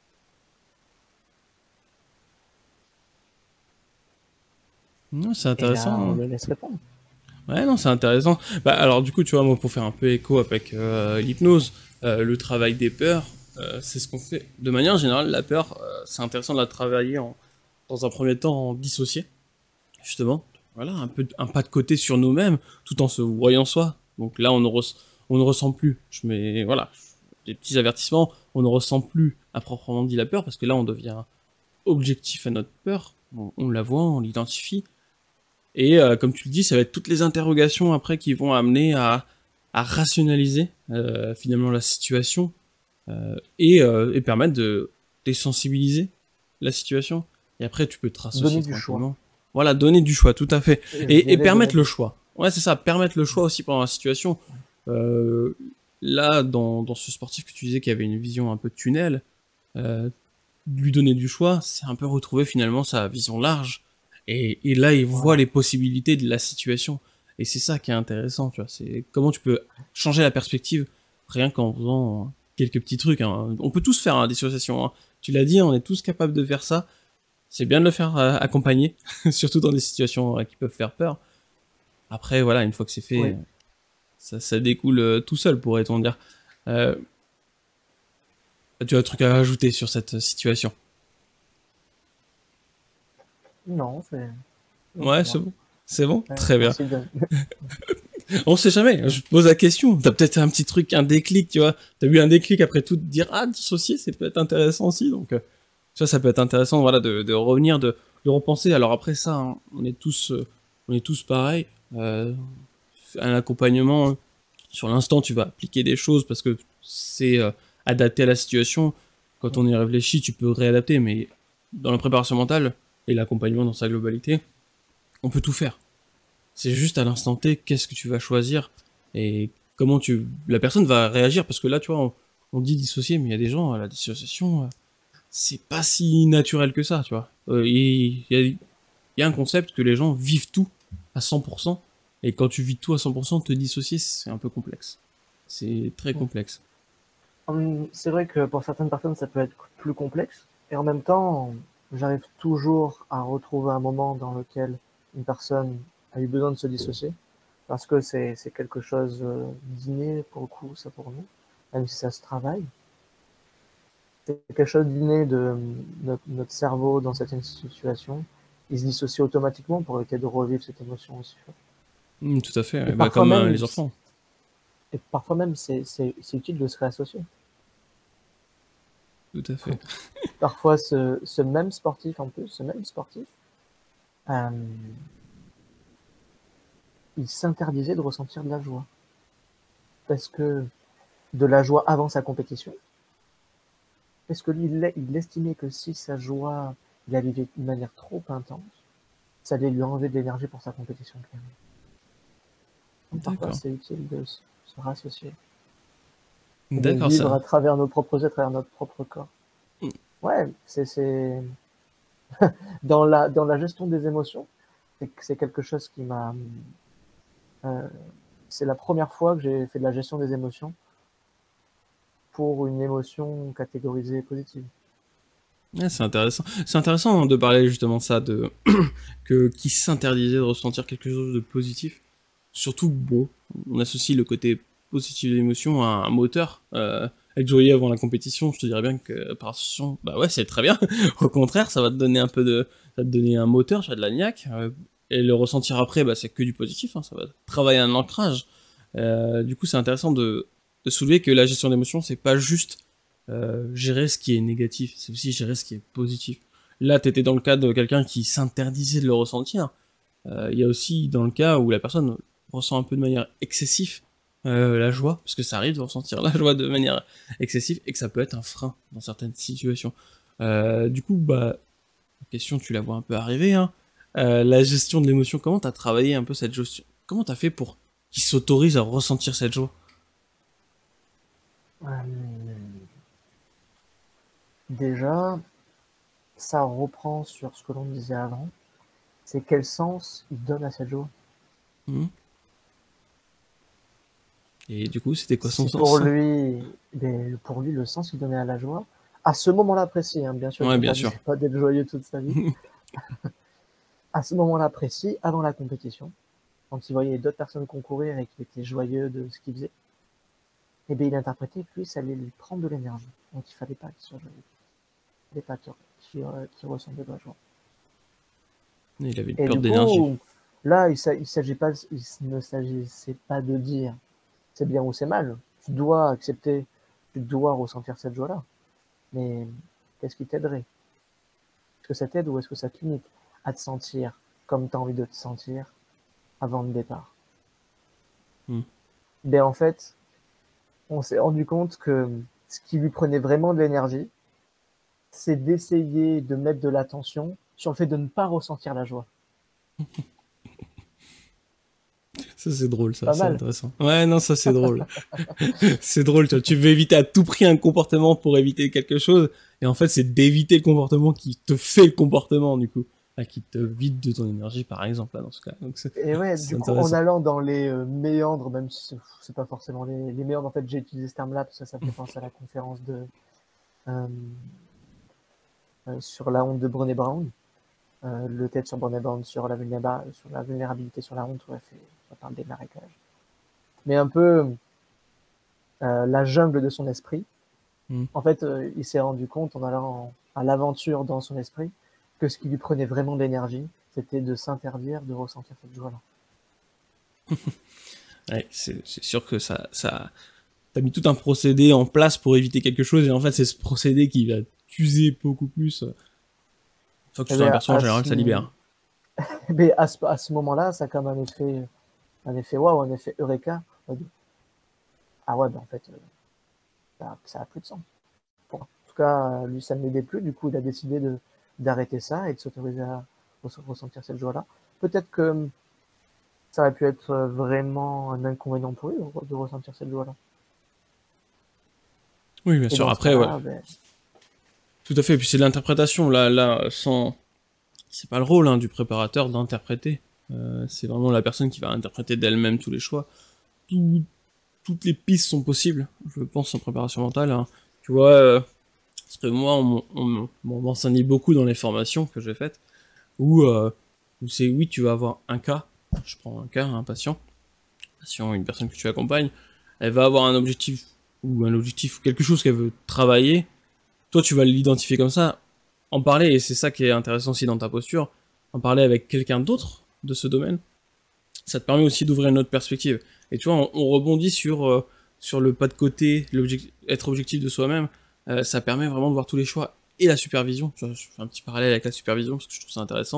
Non, c'est Et là, intéressant, on hein. le laisse répondre. Ouais, non, c'est intéressant. Bah, alors, du coup, tu vois, moi, pour faire un peu écho avec euh, l'hypnose, euh, le travail des peurs, euh, c'est ce qu'on fait. De manière générale, la peur, euh, c'est intéressant de la travailler en, dans un premier temps en dissocié, justement. Voilà, un peu, un pas de côté sur nous-mêmes, tout en se voyant soi. Donc là, on ne, res- on ne ressent plus. Je mets, voilà, des petits avertissements. On ne ressent plus à proprement dit la peur, parce que là, on devient objectif à notre peur. On, on la voit, on l'identifie. Et euh, comme tu le dis, ça va être toutes les interrogations après qui vont amener à, à rationaliser euh, finalement la situation euh, et, euh, et permettre de désensibiliser la situation. Et après, tu peux te Donner rassocier du choix. tranquillement. Voilà, donner du choix, tout à fait. Je Et, et dirais donner permettre le du choix. choix. Ouais, c'est ça, permettre le choix aussi pendant la situation. Euh, là, dans, dans ce sportif que tu disais qui avait une vision un peu tunnel, euh, lui donner du choix, c'est un peu retrouver finalement sa vision large. Et, et là, il voit Voilà. les possibilités de la situation. Et c'est ça qui est intéressant, tu vois. C'est comment tu peux changer la perspective rien qu'en faisant quelques petits trucs. Hein. On peut tous faire hein, des associations. Hein. Tu l'as dit, on est tous capables de faire ça. C'est bien de le faire euh, accompagner, surtout dans des situations euh, qui peuvent faire peur. Après, voilà, une fois que c'est fait, Oui. ça, ça découle euh, tout seul, pourrait-on dire. Euh, tu as un truc à ajouter sur cette situation? Non, c'est non Ouais, pour c'est moi. bon. C'est bon? Ouais, Très bien. merci de... On sait jamais, je pose la question. T'as peut-être un petit truc, un déclic, tu vois. T'as eu un déclic après tout, de dire, ah, dissocier, c'est peut-être intéressant aussi. Donc, euh, ça, ça peut être intéressant, voilà, de, de revenir, de, de repenser. Alors après ça, hein, on est tous, euh, on est tous pareils. Euh, un accompagnement, hein, sur l'instant, tu vas appliquer des choses parce que c'est euh, adapté à la situation. Quand on y réfléchit, tu peux réadapter, mais dans la préparation mentale et l'accompagnement dans sa globalité, on peut tout faire. C'est juste à l'instant T, qu'est-ce que tu vas choisir et comment tu la personne va réagir parce que là, tu vois, on, on dit dissocier, mais il y a des gens, la dissociation, euh, c'est pas si naturel que ça, tu vois. Euh, Il y, a, il y a un concept que les gens vivent tout à cent pour cent et quand tu vis tout à cent pour cent, te dissocier, c'est un peu complexe. C'est très complexe. Hum, C'est vrai que pour certaines personnes, ça peut être plus complexe. Et en même temps, j'arrive toujours à retrouver un moment dans lequel une personne a eu besoin de se dissocier. Parce que c'est c'est quelque chose euh, d'inné pour le coup, ça pour nous, même si ça se travaille. C'est quelque chose d'inné de euh, notre, notre cerveau dans certaines situations. Il se dissocie automatiquement pour éviter de revivre cette émotion aussi forte. Mm, tout à fait, Et ouais. Bah, parfois comme euh, même, les enfants. et parfois même, c'est c'est- c'est utile de se réassocier. Tout à fait. Parfois, ce, ce même sportif, en plus, ce même sportif, euh, il s'interdisait de ressentir de la joie. Parce que de la joie avant sa compétition, parce que lui, il, il estimait que si sa joie, il la vivait d'une manière trop intense, ça allait lui enlever de l'énergie pour sa compétition. Clairement. Donc parfois, D'accord. c'est utile de se, se rassocier et de D'accord, vivre à ça. travers nos propres yeux, à travers notre propre corps. Mm. Ouais, c'est c'est dans la dans la gestion des émotions, c'est c'est quelque chose qui m'a. Euh, c'est la première fois que j'ai fait de la gestion des émotions pour une émotion catégorisée positive. Ouais, c'est intéressant. C'est intéressant de parler justement de ça, de que qui s'interdisait de ressentir quelque chose de positif. Surtout, bon, on associe le côté positif de l'émotion à un moteur. Euh, être joyeux avant la compétition, je te dirais bien que par association, bah ouais, c'est très bien. Au contraire, ça va te donner un peu de, ça va te donner un moteur, ça va de la niaque. Euh, et le ressentir après, bah c'est que du positif. Hein, ça va travailler un ancrage. Euh, du coup, c'est intéressant de, de soulever que la gestion d'émotion, c'est pas juste euh, gérer ce qui est négatif, c'est aussi gérer ce qui est positif. Là, t'étais dans le cas de quelqu'un qui s'interdisait de le ressentir. Euh, Il y a aussi dans le cas où la personne ressent un peu de manière excessive euh, la joie, parce que ça arrive de ressentir la joie de manière excessive et que ça peut être un frein dans certaines situations. Euh, du coup, bah, la question, tu la vois un peu arriver, hein. Euh, la gestion de l'émotion, comment t'as travaillé un peu cette gestion? Comment t'as fait pour qu'il s'autorise à ressentir cette joie? Euh, déjà, ça reprend sur ce que l'on disait avant, c'est quel sens il donne à cette joie. Mmh. Et du coup, c'était quoi son Si pour sens? lui, ben, pour lui, le sens qu'il donnait à la joie, à ce moment-là précis, hein, bien sûr, Ouais, bien sûr. s'interdisait pas d'être joyeux toute sa vie, à ce moment-là précis, avant la compétition, quand il voyait d'autres personnes concourir et qu'il était joyeux de ce qu'il faisait, et bien il interprétait que lui, ça allait lui prendre de l'énergie. Donc il fallait pas qu'il soit joyeux. Il fallait pas qu'il qu'il, euh, qu'il ressente de la joie. Il avait une Et perte du d'énergie. coup, là, il, il s'agit pas, il ne s'agissait pas de dire c'est bien ou c'est mal. Tu dois accepter, tu dois ressentir cette joie-là. Mais qu'est-ce qui t'aiderait? Est-ce que ça t'aide ou est-ce que ça te limite à te sentir comme tu as envie de te sentir avant le départ? Mm. Ben en fait, on s'est rendu compte que ce qui lui prenait vraiment de l'énergie, c'est d'essayer de mettre de l'attention sur le fait de ne pas ressentir la joie. Ça, c'est drôle, ça, Pas c'est mal. intéressant. Ouais, non, ça, c'est drôle. C'est drôle, tu vois. Tu veux éviter à tout prix un comportement pour éviter quelque chose, et en fait, c'est d'éviter le comportement qui te fait le comportement, du coup. Ah, qui te vide de ton énergie, par exemple, là, dans ce cas. Donc, c'est Et ouais, c'est du coup, en intéressant. allant dans les euh, méandres, même si c'est- c'est pas forcément les, les méandres, en fait, j'ai utilisé ce terme-là parce que ça me fait penser à la conférence de euh, euh, sur la honte de Brené Brown, euh, le TED sur Brené Brown sur la, vulnéra- sur la vulnérabilité, sur la honte, ouais, fait, ça parle des marécages. Mais un peu euh, la jungle de son esprit. Mm. En fait, euh, il s'est rendu compte en allant à l'aventure dans son esprit que ce qui lui prenait vraiment de l'énergie, c'était de s'interdire de ressentir cette joie-là. Ouais, c'est c'est sûr que ça, ça, t'as mis tout un procédé en place pour éviter quelque chose, et en fait, c'est ce procédé qui va t'user beaucoup plus. Une fois que tu Et t'en bien, aperçois, en à général, ce, ça libère. mais à ce, à ce moment-là, ça a comme un effet, un effet waouh, un effet eureka. Ah ouais, ben en fait, euh, ça, ça a plus de sens. Bon, en tout cas, lui, ça ne l'aidait plus. Du coup, il a décidé de d'arrêter ça et de s'autoriser à ressentir cette joie-là. Peut-être que ça aurait pu être vraiment un inconvénient pour lui de ressentir cette joie-là. Oui, bien Et sûr. dans ce Après, ouais, cas-là, ben, tout à fait. Et puis c'est de l'interprétation. Là, là, sans, c'est pas le rôle hein, du préparateur d'interpréter. Euh, c'est vraiment la personne qui va interpréter d'elle-même tous les choix. Tout, toutes les pistes sont possibles, je pense, en préparation mentale. Hein. Tu vois, euh, parce que moi, on, on, on m'enseignait beaucoup dans les formations que j'ai faites, où, euh, où c'est oui, tu vas avoir un cas. Je prends un cas, un patient, un patient, une personne que tu accompagnes, elle va avoir un objectif ou un objectif ou quelque chose qu'elle veut travailler. Toi, tu vas l'identifier comme ça, en parler, et c'est ça qui est intéressant aussi dans ta posture, en parler avec quelqu'un d'autre de ce domaine, ça te permet aussi d'ouvrir une autre perspective. Et tu vois, on, on rebondit sur, euh, sur le pas de côté, l'objectif, être objectif de soi-même, euh, ça permet vraiment de voir tous les choix et la supervision. Tu vois, je fais un petit parallèle avec la supervision parce que je trouve ça intéressant.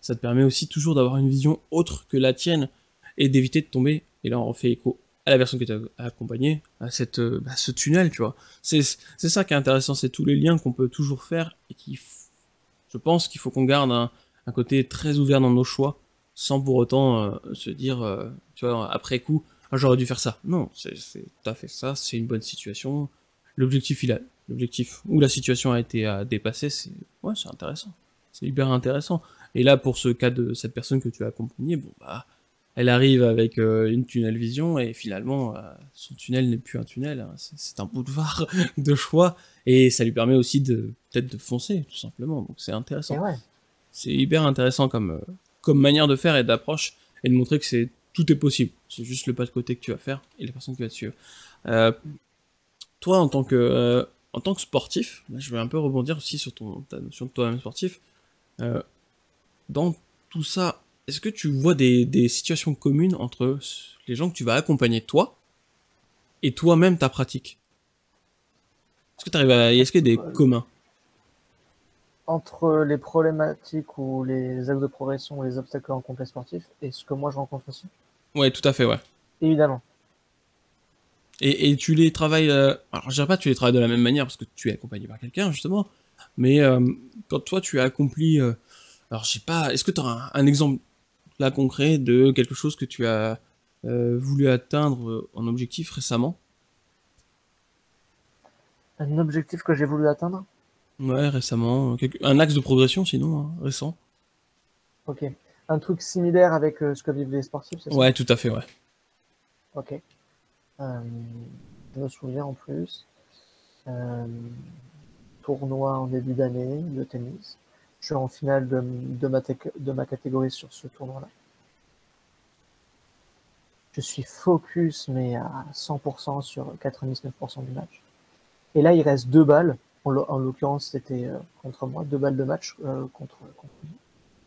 ça te permet aussi toujours d'avoir une vision autre que la tienne et d'éviter de tomber, et là on refait écho à la personne que tu as accompagnée, à cette, euh, bah, ce tunnel, tu vois. C'est, c'est ça qui est intéressant, c'est tous les liens qu'on peut toujours faire et qui, je pense qu'il faut qu'on garde un, un côté très ouvert dans nos choix, sans pour autant euh, se dire, euh, tu vois, après coup, ah, j'aurais dû faire ça. Non, c'est, c'est, t'as fait ça, c'est une bonne situation. L'objectif, il a, l'objectif ou la situation a été à dépasser, c'est, ouais, c'est intéressant. C'est hyper intéressant. Et là, pour ce cas de cette personne que tu as accompagnée, bon, bah, elle arrive avec euh, une tunnel vision et finalement, euh, son tunnel n'est plus un tunnel, hein, c'est, c'est un boulevard de choix et ça lui permet aussi de, peut-être de foncer, tout simplement. Donc c'est Et intéressant. ouais, C'est hyper intéressant comme, euh, comme manière de faire et d'approche et de montrer que c'est, tout est possible. C'est juste le pas de côté que tu vas faire et la personne qui va te suivre. Euh, toi, en tant que, euh, en tant que sportif, là, je vais un peu rebondir aussi sur ton, ta notion de toi-même sportif. Euh, dans tout ça, est-ce que tu vois des, des situations communes entre les gens que tu vas accompagner toi et toi-même ta pratique? Est-ce que tu arrives à, est-ce qu'il y a des communs? entre les problématiques ou les axes de progression ou les obstacles en complet sportif et ce que moi je rencontre aussi, Ouais, tout à fait, ouais. évidemment. Et, et tu les travailles, euh, alors je dirais pas que tu les travailles de la même manière parce que tu es accompagné par quelqu'un justement, mais euh, quand toi tu as accompli, euh, alors je sais pas, est-ce que tu as un, un exemple là concret de quelque chose que tu as euh, voulu atteindre euh, en objectif récemment? Un objectif que j'ai voulu atteindre, Ouais, récemment, quelque- un axe de progression sinon, hein, récent. ok. Un truc similaire avec euh, ce que vivent les sportifs, c'est ça? Ouais, tout à fait, ouais. Ok. Euh, je me souviens en plus, euh, tournoi en début d'année de tennis. Je suis en finale de, de, ma, de ma catégorie sur ce tournoi-là. Je suis focus, mais à cent pour cent sur quatre-vingt-dix-neuf pour cent du match. Et là, il reste deux balles. En, en l'occurrence, c'était euh, contre moi, deux balles de match euh, contre, contre lui.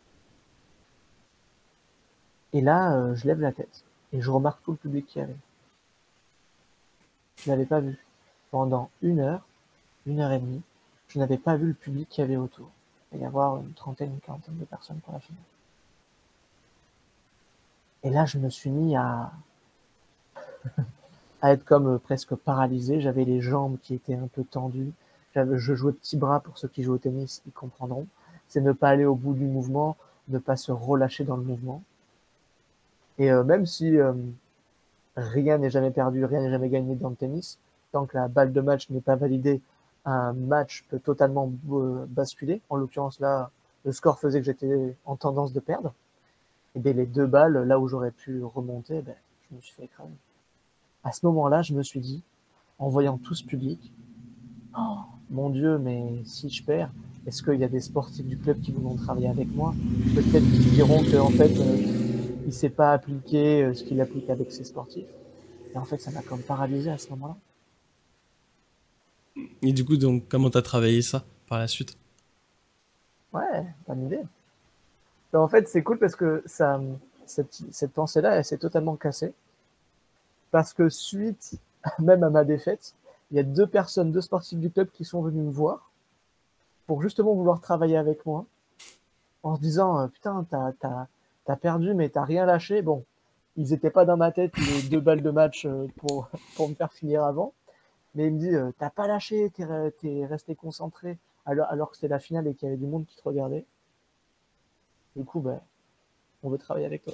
Et là, euh, je lève la tête et je remarque tout le public qui avait. Je l'avais pas vu. Pendant une heure, une heure et demie, je n'avais pas vu le public qu'il y avait autour. Il va y avoir une trentaine, une quarantaine de personnes pour la finale. Et là, je me suis mis à, à être comme euh, presque paralysé. J'avais les jambes qui étaient un peu tendues. J'avais, je jouais petit bras pour ceux qui jouent au tennis, ils comprendront. C'est ne pas aller au bout du mouvement, ne pas se relâcher dans le mouvement. Et euh, même si euh, rien n'est jamais perdu, rien n'est jamais gagné dans le tennis, tant que la balle de match n'est pas validée, un match peut totalement euh, basculer. En l'occurrence, là, le score faisait que j'étais en tendance de perdre. Et bien, les deux balles, là où j'aurais pu remonter, ben, je me suis fait écraser. À ce moment-là, je me suis dit, en voyant tout ce public, oh, mon Dieu, mais si je perds, est-ce qu'il y a des sportifs du club qui voudront travailler avec moi? Peut-être qu'ils diront qu'en fait, euh, il ne s'est pas appliqué euh, ce qu'il applique avec ses sportifs. Et en fait, ça m'a comme paralysé à ce moment-là. Et du coup, donc, comment t'as travaillé ça par la suite? Ouais, bonne idée. Mais en fait, c'est cool parce que ça, cette, cette pensée-là, elle s'est totalement cassée. Parce que suite même à ma défaite, il y a deux personnes, deux sportifs du club qui sont venus me voir pour justement vouloir travailler avec moi en se disant euh, putain, t'as, t'as, t'as perdu, mais t'as rien lâché. Bon, ils étaient pas dans ma tête les deux balles de match euh, pour, pour me faire finir avant. Mais il me dit euh, t'as pas lâché, t'es, t'es resté concentré alors, alors que c'était la finale et qu'il y avait du monde qui te regardait. Du coup, ben, on veut travailler avec toi.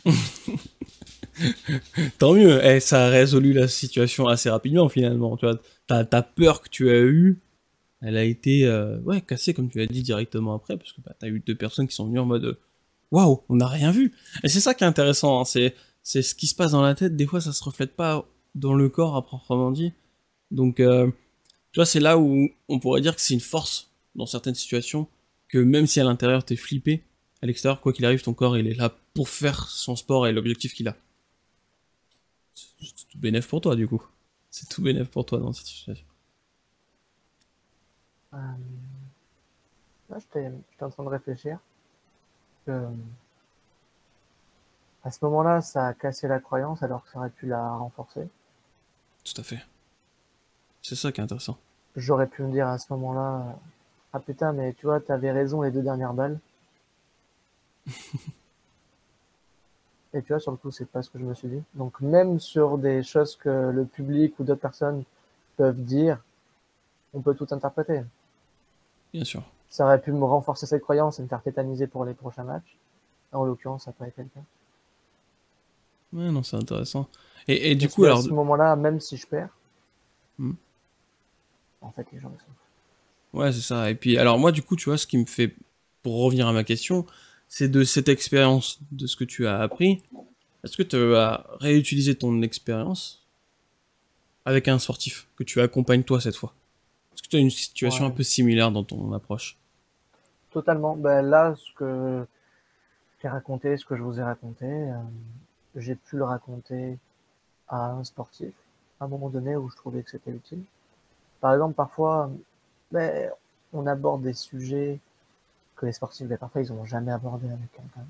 Tant mieux, eh, ça a résolu la situation assez rapidement finalement. Tu vois, ta, ta peur que tu as eue, elle a été euh, ouais, cassée comme tu l'as dit directement après, parce que bah, t'as eu deux personnes qui sont venues en mode euh, waouh, on n'a rien vu. Et c'est ça qui est intéressant, hein, c'est, c'est ce qui se passe dans la tête, des fois ça se reflète pas dans le corps à proprement dit. Donc, euh, tu vois, c'est là où on pourrait dire que c'est une force dans certaines situations, que même si à l'intérieur t'es flippé, à l'extérieur, quoi qu'il arrive, ton corps il est là pour faire son sport et l'objectif qu'il a. C'est tout bénef pour toi, du coup. C'est tout bénef pour toi dans cette situation. Euh, là, j'étais, j'étais en train de réfléchir. Que, à ce moment-là, ça a cassé la croyance alors que ça aurait pu la renforcer. Tout à fait. C'est ça qui est intéressant. J'aurais pu me dire à ce moment-là, ah putain, mais tu vois, t'avais raison les deux dernières balles. Et tu vois, sur le coup, c'est pas ce que je me suis dit. Donc, même sur des choses que le public ou d'autres personnes peuvent dire, on peut tout interpréter. Bien sûr. Ça aurait pu me renforcer cette croyance et me faire tétaniser pour les prochains matchs. En l'occurrence, ça n'a pas été le cas. Ouais, non, c'est intéressant. Et, et Je du me coup, suis dit, à alors... ce moment-là, même si je perds, Hmm. en fait, les gens le sont. Ouais, c'est ça. Et puis, alors moi, du coup, tu vois, ce qui me fait, pour revenir à ma question, c'est de cette expérience, de ce que tu as appris, est-ce que tu as réutilisé ton expérience avec un sportif que tu accompagnes toi cette fois? Est-ce que tu as une situation un Ouais, peu similaire dans ton approche? totalement. Ben là, ce que j'ai raconté, ce que je vous ai raconté, euh, j'ai pu le raconter à un sportif à un moment donné où je trouvais que c'était utile. Par exemple, parfois, ben, on aborde des sujets que les sportifs, ben, parfois, ils n'ont jamais abordé avec quelqu'un.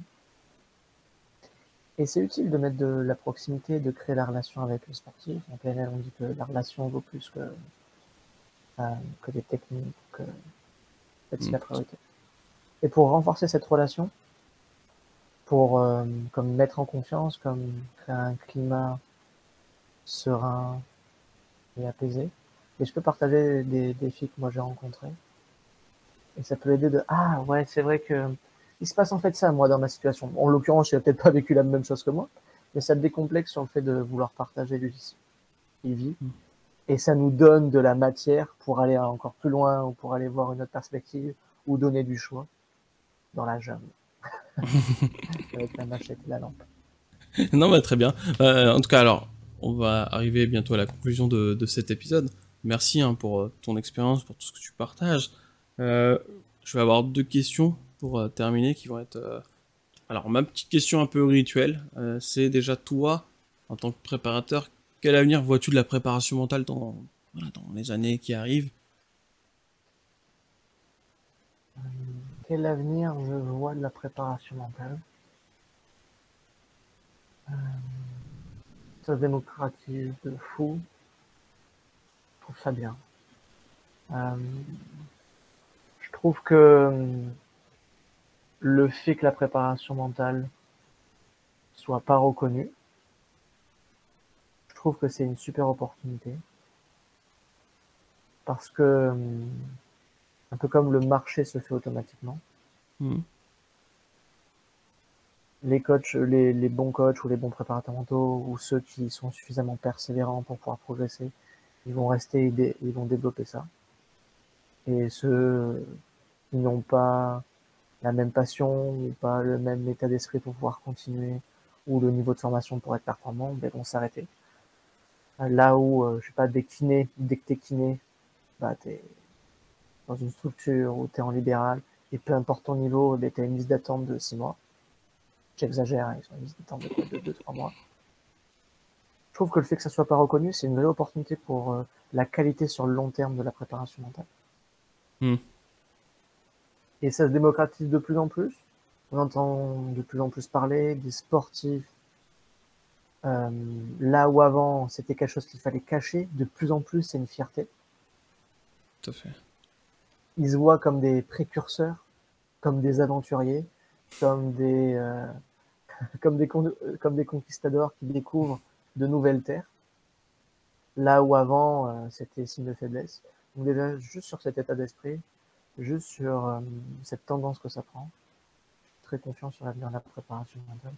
Et c'est utile de mettre de la proximité, de créer la relation avec le sportif. En P N L, on dit que la relation vaut plus que, euh, que des techniques, que, en fait, c'est Hmm. la priorité. Et pour renforcer cette relation, pour euh, comme mettre en confiance, comme créer un climat serein et apaisé, et je peux partager des défis que moi j'ai rencontrés. Et ça peut aider de ah ouais, c'est vrai que il se passe en fait ça moi dans ma situation. En l'occurrence, j'ai peut-être pas vécu la même chose que moi, mais ça te décomplexe sur le fait de vouloir partager lui il vit. Hmm. Et ça nous donne de la matière pour aller encore plus loin ou pour aller voir une autre perspective ou donner du choix dans la jungle avec la machette et la lampe. Non, bah, très bien. Euh, en tout cas, alors, on va arriver bientôt à la conclusion de, de cet épisode. Merci hein, pour euh, ton expérience, pour tout ce que tu partages. Euh, je vais avoir deux questions pour euh, terminer qui vont être... euh, Alors, ma petite question un peu rituelle, euh, c'est déjà toi, en tant que préparateur, quel avenir vois-tu de la préparation mentale dans, voilà, dans les années qui arrivent? Quel avenir je vois de la préparation mentale? euh, Ça se démocratise de fou. Je trouve ça bien. Euh, je trouve que euh, le fait que la préparation mentale soit pas reconnue, je trouve que c'est une super opportunité parce que euh, un peu comme le marché se fait automatiquement, Hmm. les coachs, les, les bons coachs ou les bons préparateurs mentaux ou ceux qui sont suffisamment persévérants pour pouvoir progresser, ils vont rester, et ils vont développer ça. Et ceux qui n'ont pas la même passion ou pas le même état d'esprit pour pouvoir continuer ou le niveau de formation pour être performant, ben, vont s'arrêter. Là où, euh, je sais pas, dès que kiné, dès que t'es kiné, bah, t'es dans une structure où t'es en libéral et peu importe ton niveau, ben, t'as une liste d'attente de six mois. J'exagère, hein, ils ont une liste d'attente de quoi, de deux, trois mois. Je trouve que le fait que ça soit pas reconnu, c'est une vraie opportunité pour euh, la qualité sur le long terme de la préparation mentale. Hmm. Et ça se démocratise de plus en plus. On entend de plus en plus parler des sportifs. Euh, là où avant, c'était quelque chose qu'il fallait cacher, de plus en plus, c'est une fierté. Tout à fait. Ils se voient comme des précurseurs, comme des aventuriers, comme des, euh, comme des, con- comme des conquistadors qui découvrent de nouvelles terres. Là où avant, euh, c'était signe de faiblesse. Donc déjà, juste sur cet état d'esprit, juste sur euh, cette tendance que ça prend, très confiant sur l'avenir de la préparation mentale.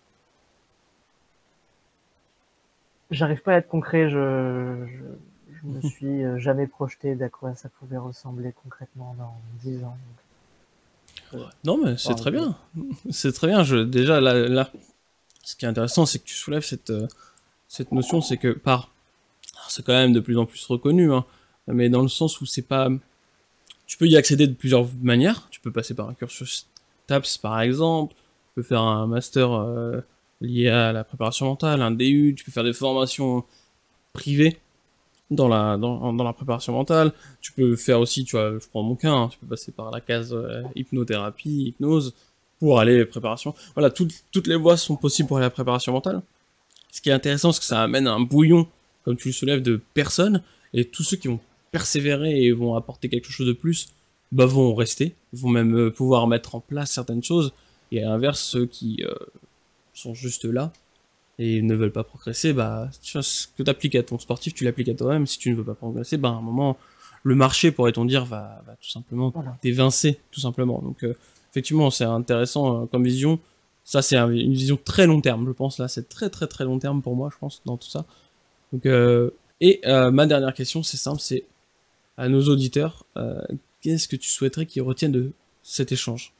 J'arrive pas à être concret, je, je, je me suis euh, jamais projeté d'à quoi ça pouvait ressembler concrètement dans dix ans. Donc, euh, Non, mais c'est bon, très écoute, bien. C'est très bien. Je, déjà, là, là, ce qui est intéressant, c'est que tu soulèves cette, euh, cette notion, c'est que par... alors, c'est quand même de plus en plus reconnu, hein, mais dans le sens où c'est pas... Tu peux y accéder de plusieurs manières. Tu peux passer par un cursus TAPS, par exemple. Tu peux faire un master euh, lié à la préparation mentale, un D U. Tu peux faire des formations privées dans la, dans, dans la préparation mentale. Tu peux faire aussi, tu vois, je prends mon cas, hein, tu peux passer par la case euh, hypnothérapie, hypnose, pour aller préparation. Voilà, toutes, toutes les voies sont possibles pour aller à la préparation mentale. Ce qui est intéressant, c'est que ça amène un bouillon, comme tu le soulèves, de personnes, et tous ceux qui vont persévérer et vont apporter quelque chose de plus, bah vont rester, vont même euh, pouvoir mettre en place certaines choses. Et à l'inverse, ceux qui euh, sont juste là et ne veulent pas progresser, bah, tu vois, ce que tu appliques à ton sportif, tu l'appliques à toi-même. Si tu ne veux pas progresser, bah, à un moment, le marché, pourrait-on dire, va, va tout simplement Voilà. t'évincer, tout simplement. Donc, euh, effectivement, c'est intéressant euh, comme vision. Ça, c'est un- une vision très long terme, je pense. Là, c'est très, très, très long terme pour moi, je pense, dans tout ça. Donc, euh, et euh, ma dernière question, c'est simple, c'est à nos auditeurs, euh, qu'est-ce que tu souhaiterais qu'ils retiennent de cet échange?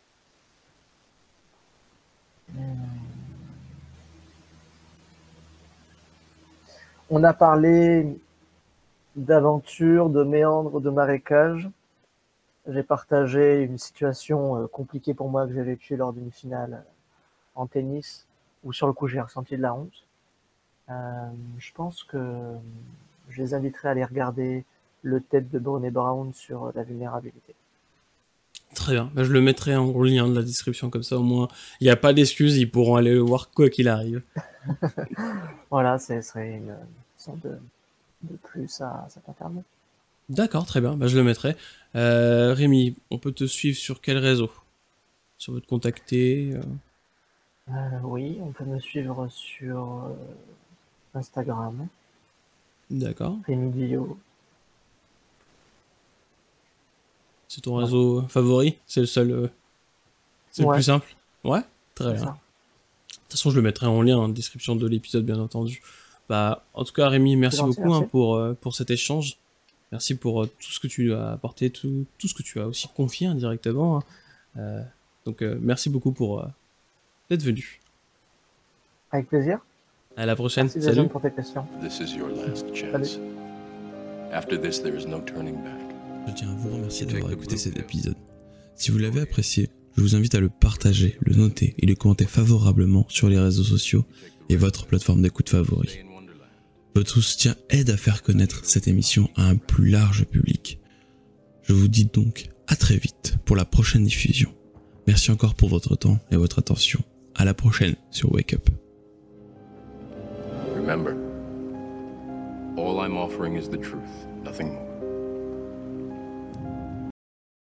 On a parlé d'aventure, de méandres, de marécages. J'ai partagé une situation euh, compliquée pour moi que j'ai vécue lors d'une finale en tennis, où sur le coup j'ai ressenti de la honte. Euh, je pense que je les inviterai à aller regarder le T E D de Brené Brown sur la vulnérabilité. Très bien, bah, je le mettrai en lien de la description, comme ça au moins il n'y a pas d'excuses, ils pourront aller le voir quoi qu'il arrive. Voilà, ce serait une sorte de, de plus à cet internet. D'accord, très bien, bah, je le mettrai. Euh, Rémi, on peut te suivre sur quel réseau? Si on veut te contacter euh, Euh, oui, on peut me suivre sur euh, Instagram, D'accord. Rémi Guillot. C'est ton Voilà. réseau favori? C'est le seul... euh, C'est le Ouais, plus simple? Ouais, très c'est bien. ça. De toute façon, je le mettrai en lien en description de l'épisode, bien entendu. Bah, en tout cas, Rémi, C'est merci gentil, beaucoup hein, merci. pour, euh, pour cet échange. Merci pour euh, tout ce que tu as apporté, tout, tout ce que tu as aussi confié indirectement. Hein. Euh, donc, euh, merci beaucoup pour euh, d'être venu. Avec plaisir. À la prochaine. Merci Salut. Jason pour tes questions. This is your last Salut. chance. After this, there is no turning back. Je tiens à vous remercier d'avoir écouté cet épisode. Si vous l'avez apprécié, je vous invite à le partager, le noter et le commenter favorablement sur les réseaux sociaux et votre plateforme d'écoute favorite. Votre soutien aide à faire connaître cette émission à un plus large public. Je vous dis donc à très vite pour la prochaine diffusion. Merci encore pour votre temps et votre attention. À la prochaine sur Wake Up. Remember, all I'm offering is the truth, nothing more.